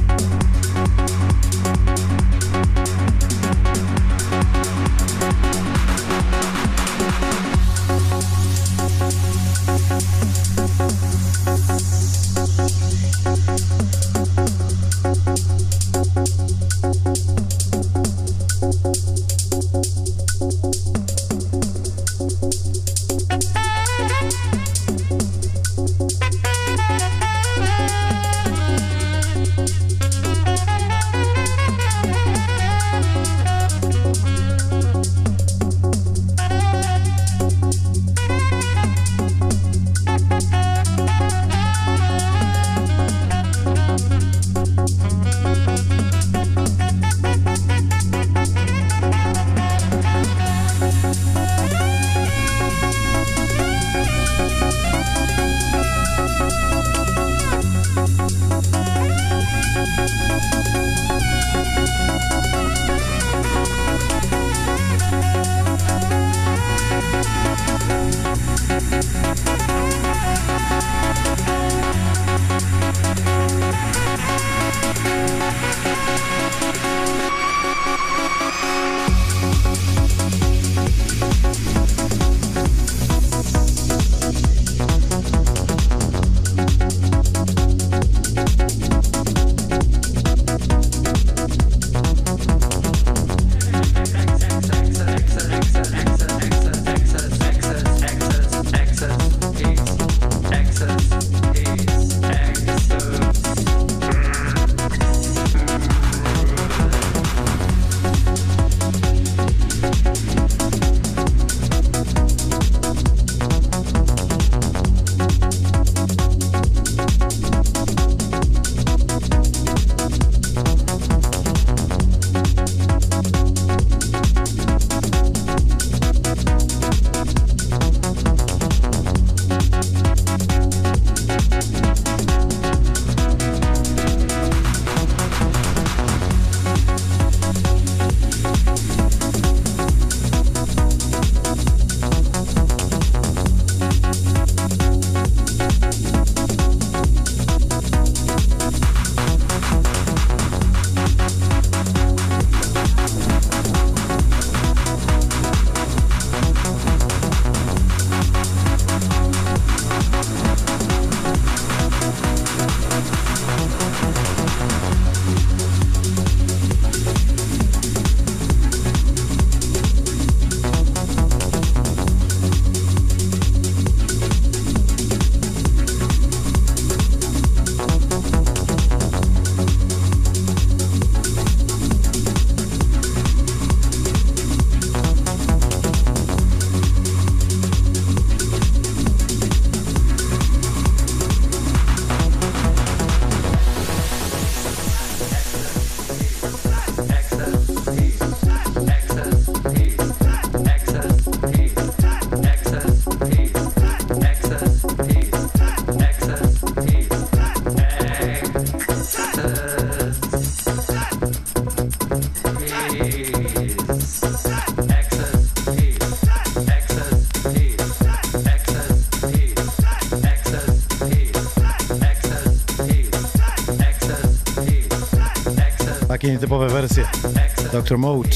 takie nietypowe wersje. Dr. Mode.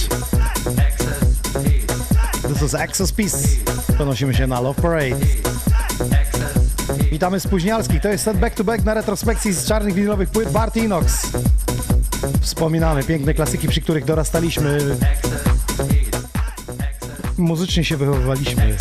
This is Access Peace. Przenosimy się na Love Parade. Witamy Spóźnialskich. To jest set back to back na retrospekcji z czarnych winylowych płyt Bart Inox. Wspominamy piękne klasyki, przy których dorastaliśmy. Muzycznie się wychowywaliśmy.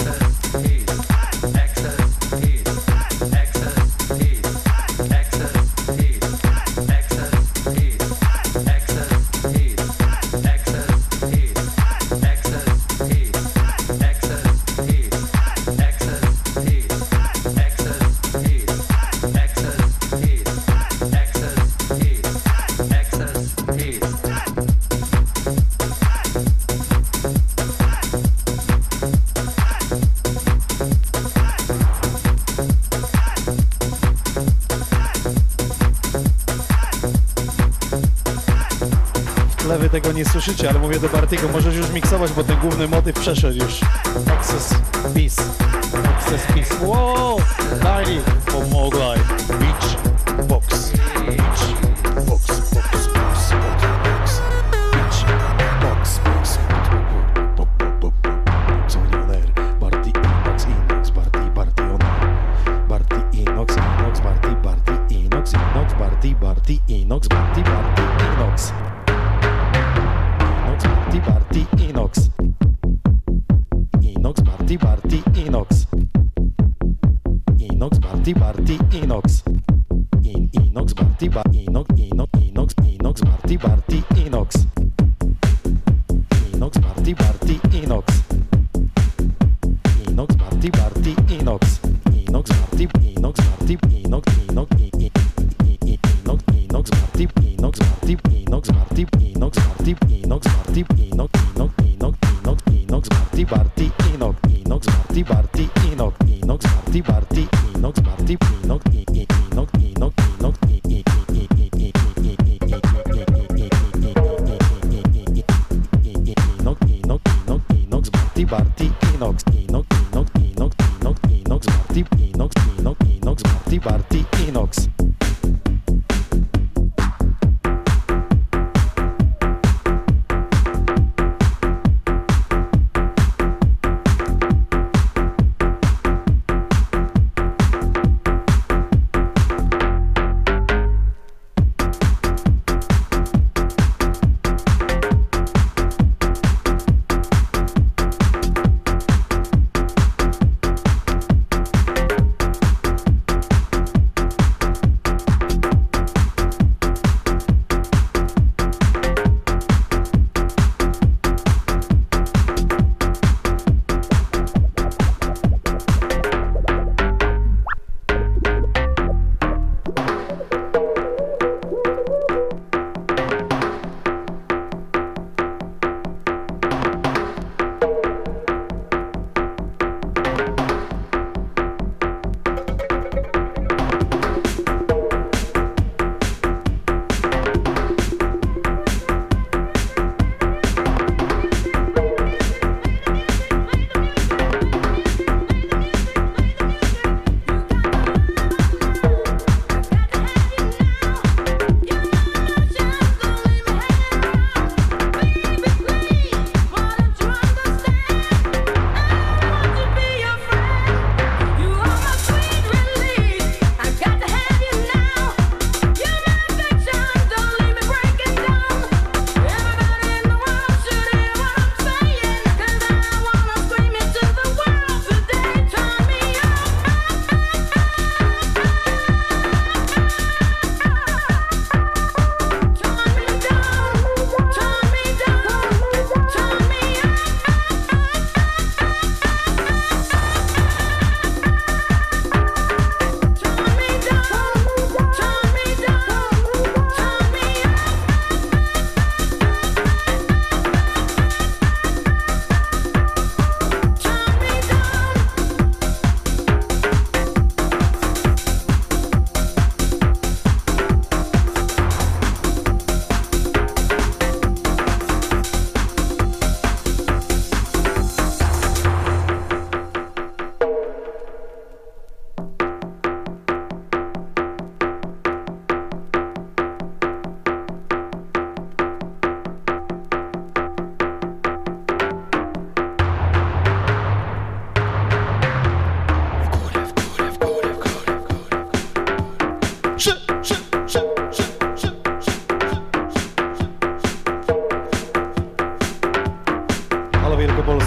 Tego nie słyszycie, ale mówię do Bartiego, możesz już miksować, bo ten główny motyw przeszedł już. Access Peace. Access Peace. Wow! Tiny! Pomoglaj. Beach Box. Beach Box. Box. Box. Box. Beach Box. Box. Box on air. Barty Inox. Inox. Barty on air. Barty Inox. Inox. Barty Inox. Inox. Barty Inox. Barty Inox. Barty Inox. Inox Barty Inox. Inox Barty Inox. Inox Barty Inox Barty Inox. Inox Barty Inox. Inox Barty Inox. Inox Barty Inox Barty Inox Inox Inox Barty Inox Barty Inox Barty Inox Barty Inox Barty Inox Inox Barty Barty Inox Inox Barty Barty Inox Inox Barty Barty Inox Barty Inox Inox Inox Inox Inox Barty Barty Inox Inox Inox Inox Inox Barty Inox Inox Barty Barty Inox.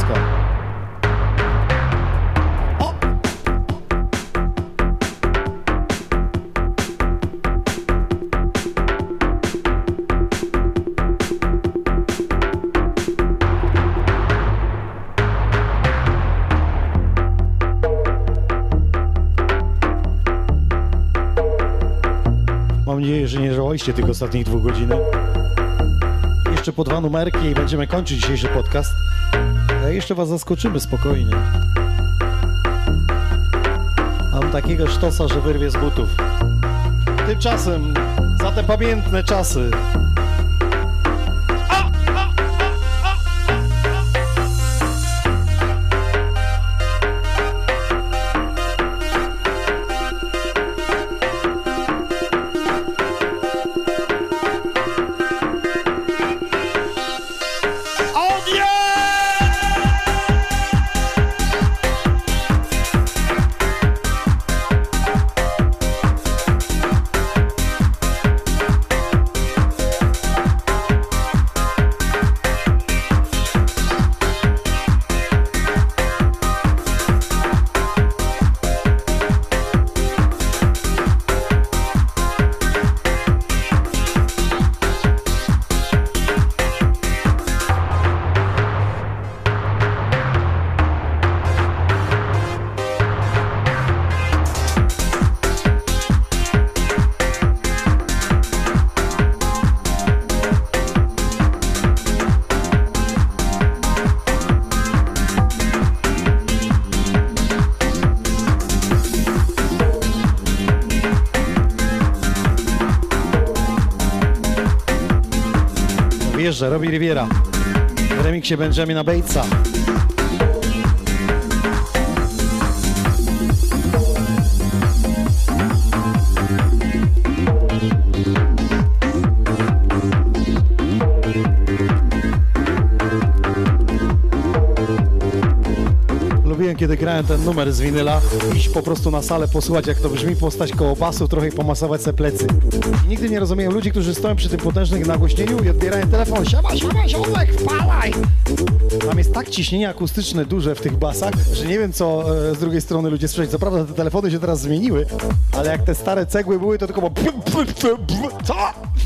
wszystko. Mam nadzieję, że nie żałaliście tych ostatnich 2 godzin. Jeszcze po 2 numerki i będziemy kończyć dzisiejszy podcast. A jeszcze was zaskoczymy spokojnie. Mam takiego sztosa, że wyrwie z butów. Tymczasem, za te pamiętne czasy. Wjeżdża, robi Riviera w remiksie Benjamina Batesa. Lubiłem, kiedy grałem ten numer z winyla, iść po prostu na salę, posłuchać jak to brzmi, postać koło basu, trochę pomasować se plecy. I nigdy nie rozumiem ludzi, którzy stoją przy tym potężnym nagłośnieniu i odbierają telefon. Siema, ziomek, wpalaj! Tam jest tak ciśnienie akustyczne duże w tych basach, że nie wiem co z drugiej strony ludzie słyszeli. Co prawda te telefony się teraz zmieniły, ale jak te stare cegły były, to tylko co?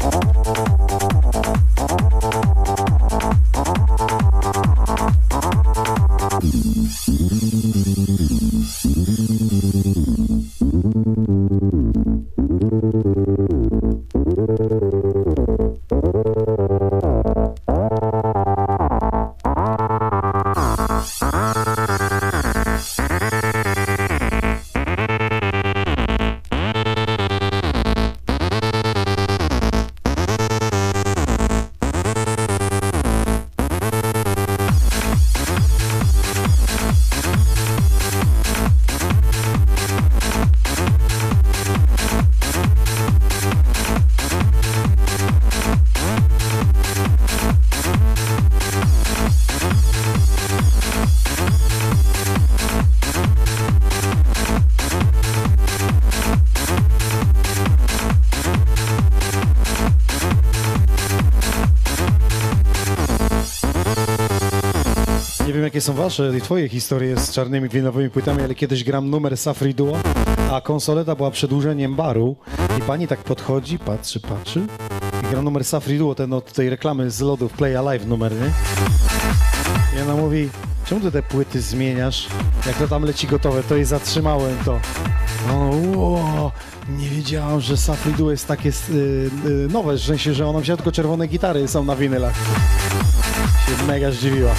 Jakie są wasze i twoje historie z czarnymi winowymi płytami, ale kiedyś gram numer Safri Duo, a konsoleta była przedłużeniem baru i pani tak podchodzi, patrzy i gra numer Safri Duo, ten od tej reklamy z lodów Play Alive numer, nie? I ona mówi, czemu ty te płyty zmieniasz? Jak to tam leci gotowe, to jej zatrzymałem to. O, nie wiedziałam, że Safri Duo jest takie nowe, w sensie, że ona wzięła tylko czerwone gitary są na winylach. Się mega zdziwiła.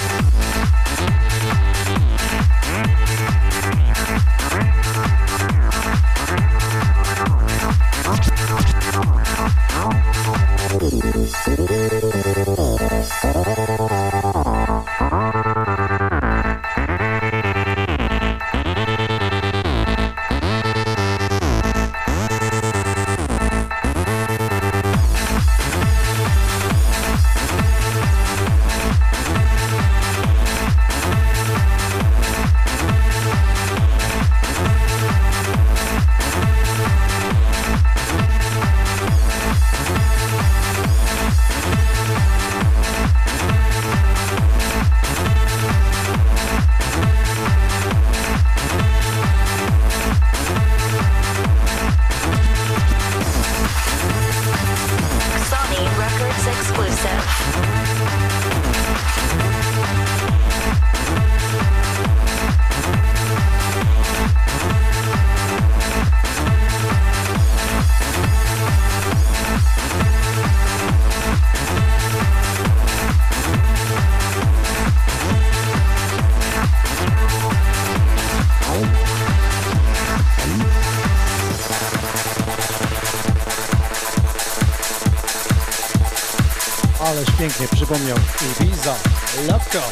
pięknie przypomniał Ibiza, Loco.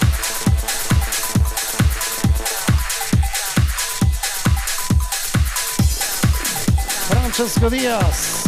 Francesco Diaz.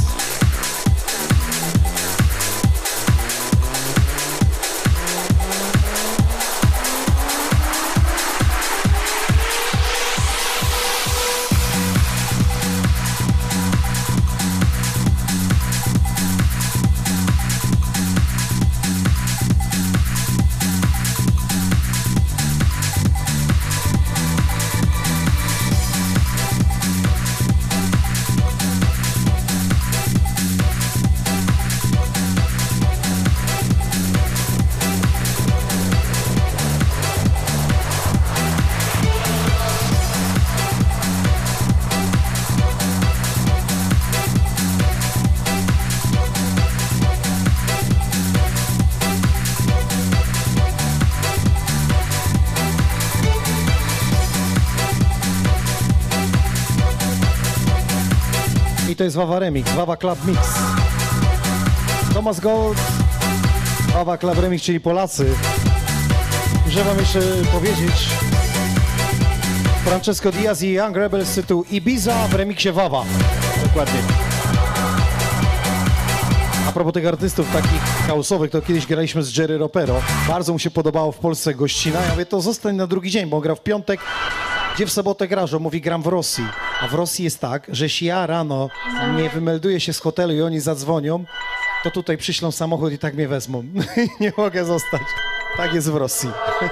To jest Wawa Remix, Wawa Club Mix. Thomas Gold, Wawa Club Remix, czyli Polacy. Muszę wam jeszcze powiedzieć, Francesco Diaz i Young Rebels z tytułu Ibiza w remiksie Wawa. Dokładnie. A propos tych artystów takich house'owych, to kiedyś graliśmy z Jerry Ropero. Bardzo mu się podobało w Polsce gościna. Ja mówię, to zostań na drugi dzień, bo on grał w piątek. Gdzie w sobotę grasz? On mówi, gram w Rosji. A w Rosji jest tak, że jeśli ja rano nie wymelduję się z hotelu i oni zadzwonią, to tutaj przyślą samochód i tak mnie wezmą. Nie mogę zostać. Tak jest w Rosji.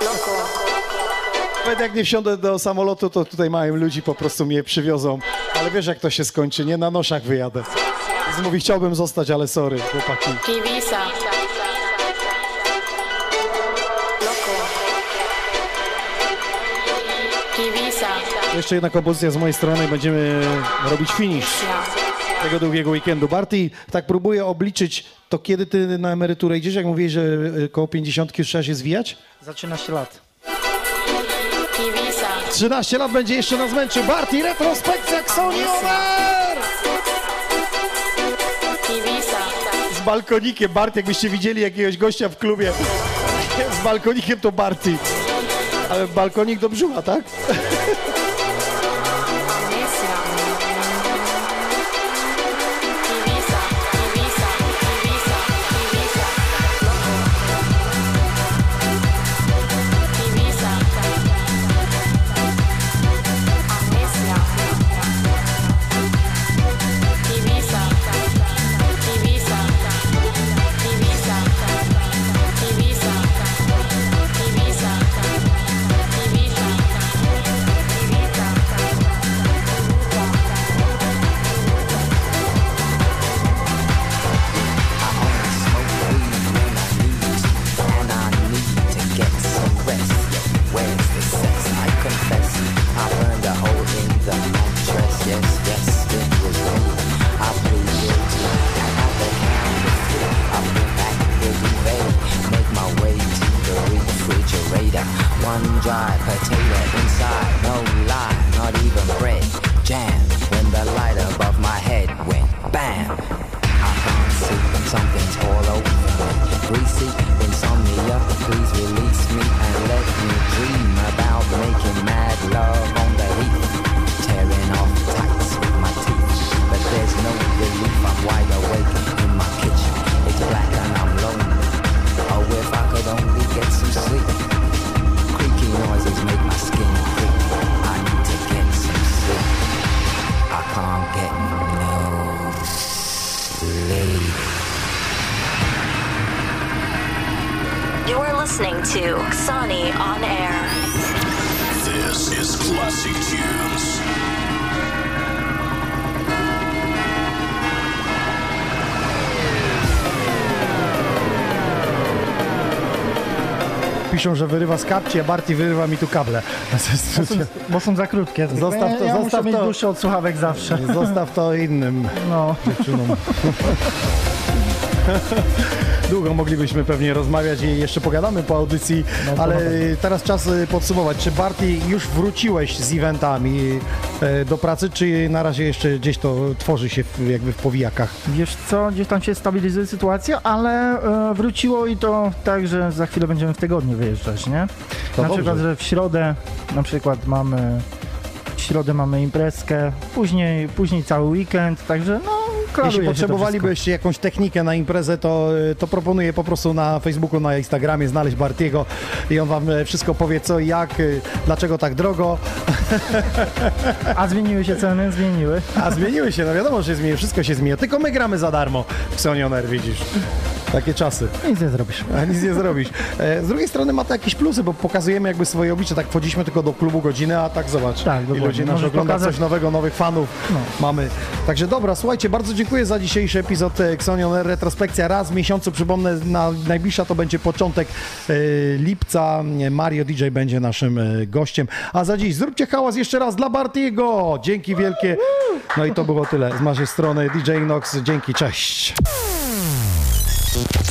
Nawet jak nie wsiądę do samolotu, to tutaj mają ludzi, po prostu mnie przywiozą. Ale wiesz, jak to się skończy, nie? Na noszach wyjadę. Więc mówi, chciałbym zostać, ale sorry, chłopaki. Ibiza. Jeszcze jedna kompozycja z mojej strony i będziemy robić finish tego długiego weekendu. Barty, tak próbuję obliczyć, to kiedy ty na emeryturę idziesz? Jak mówiłeś, że koło 50 już trzeba się zwijać? Za 13 lat. 13 lat będzie jeszcze nas męczył. Barty, retrospekcja Sony Over! Z balkonikiem, Barty, jakbyście widzieli jakiegoś gościa w klubie z balkonikiem, to Barty. Ale balkonik do brzucha, tak? You're listening to Sony on Air. This is Classic Tunes. Piszą, że wyrywa z kapci, a Barty wyrywa mi tu kable. Bo są za krótkie. Zostaw to, ja zostaw muszę mieć to. dłuższe od słuchawek zawsze. Zostaw to innym No. dziewczynom. Długo moglibyśmy pewnie rozmawiać i jeszcze pogadamy po audycji, ale teraz czas podsumować. Czy Barty już wróciłeś z eventami do pracy, czy na razie jeszcze gdzieś to tworzy się jakby w powijakach? Wiesz co, gdzieś tam się stabilizuje sytuacja, ale wróciło i to tak, że za chwilę będziemy w tygodniu wyjeżdżać, nie? To na dobrze. przykład, że w środę na przykład mamy imprezkę, później cały weekend, także no klaruje Jeśli się potrzebowalibyście jakąś technikę na imprezę, to proponuję po prostu na Facebooku, na Instagramie znaleźć Bartiego i on wam wszystko powie co i jak, dlaczego tak drogo. A zmieniły się ceny? Zmieniły. A zmieniły się, no wiadomo, że się zmieniły, wszystko się zmieniło, tylko my gramy za darmo w Xonioner, widzisz. Takie czasy. Nic nie zrobisz. A nic nie zrobisz. Z drugiej strony ma to jakieś plusy, bo pokazujemy jakby swoje oblicze. Tak wchodziliśmy tylko do klubu godzinę, a tak zobacz. Tak, ile ludzi nas ogląda, coś nowego, nowych fanów mamy. Także dobra, słuchajcie, bardzo dziękuję za dzisiejszy epizod Xonioner. Retrospekcja raz w miesiącu, przypomnę, najbliższa to będzie początek lipca. Mario DJ będzie naszym gościem. A za dziś zróbcie hałas jeszcze raz dla Bartiego. Dzięki wielkie. No i to było tyle z naszej strony. DJ Inox, dzięki, cześć.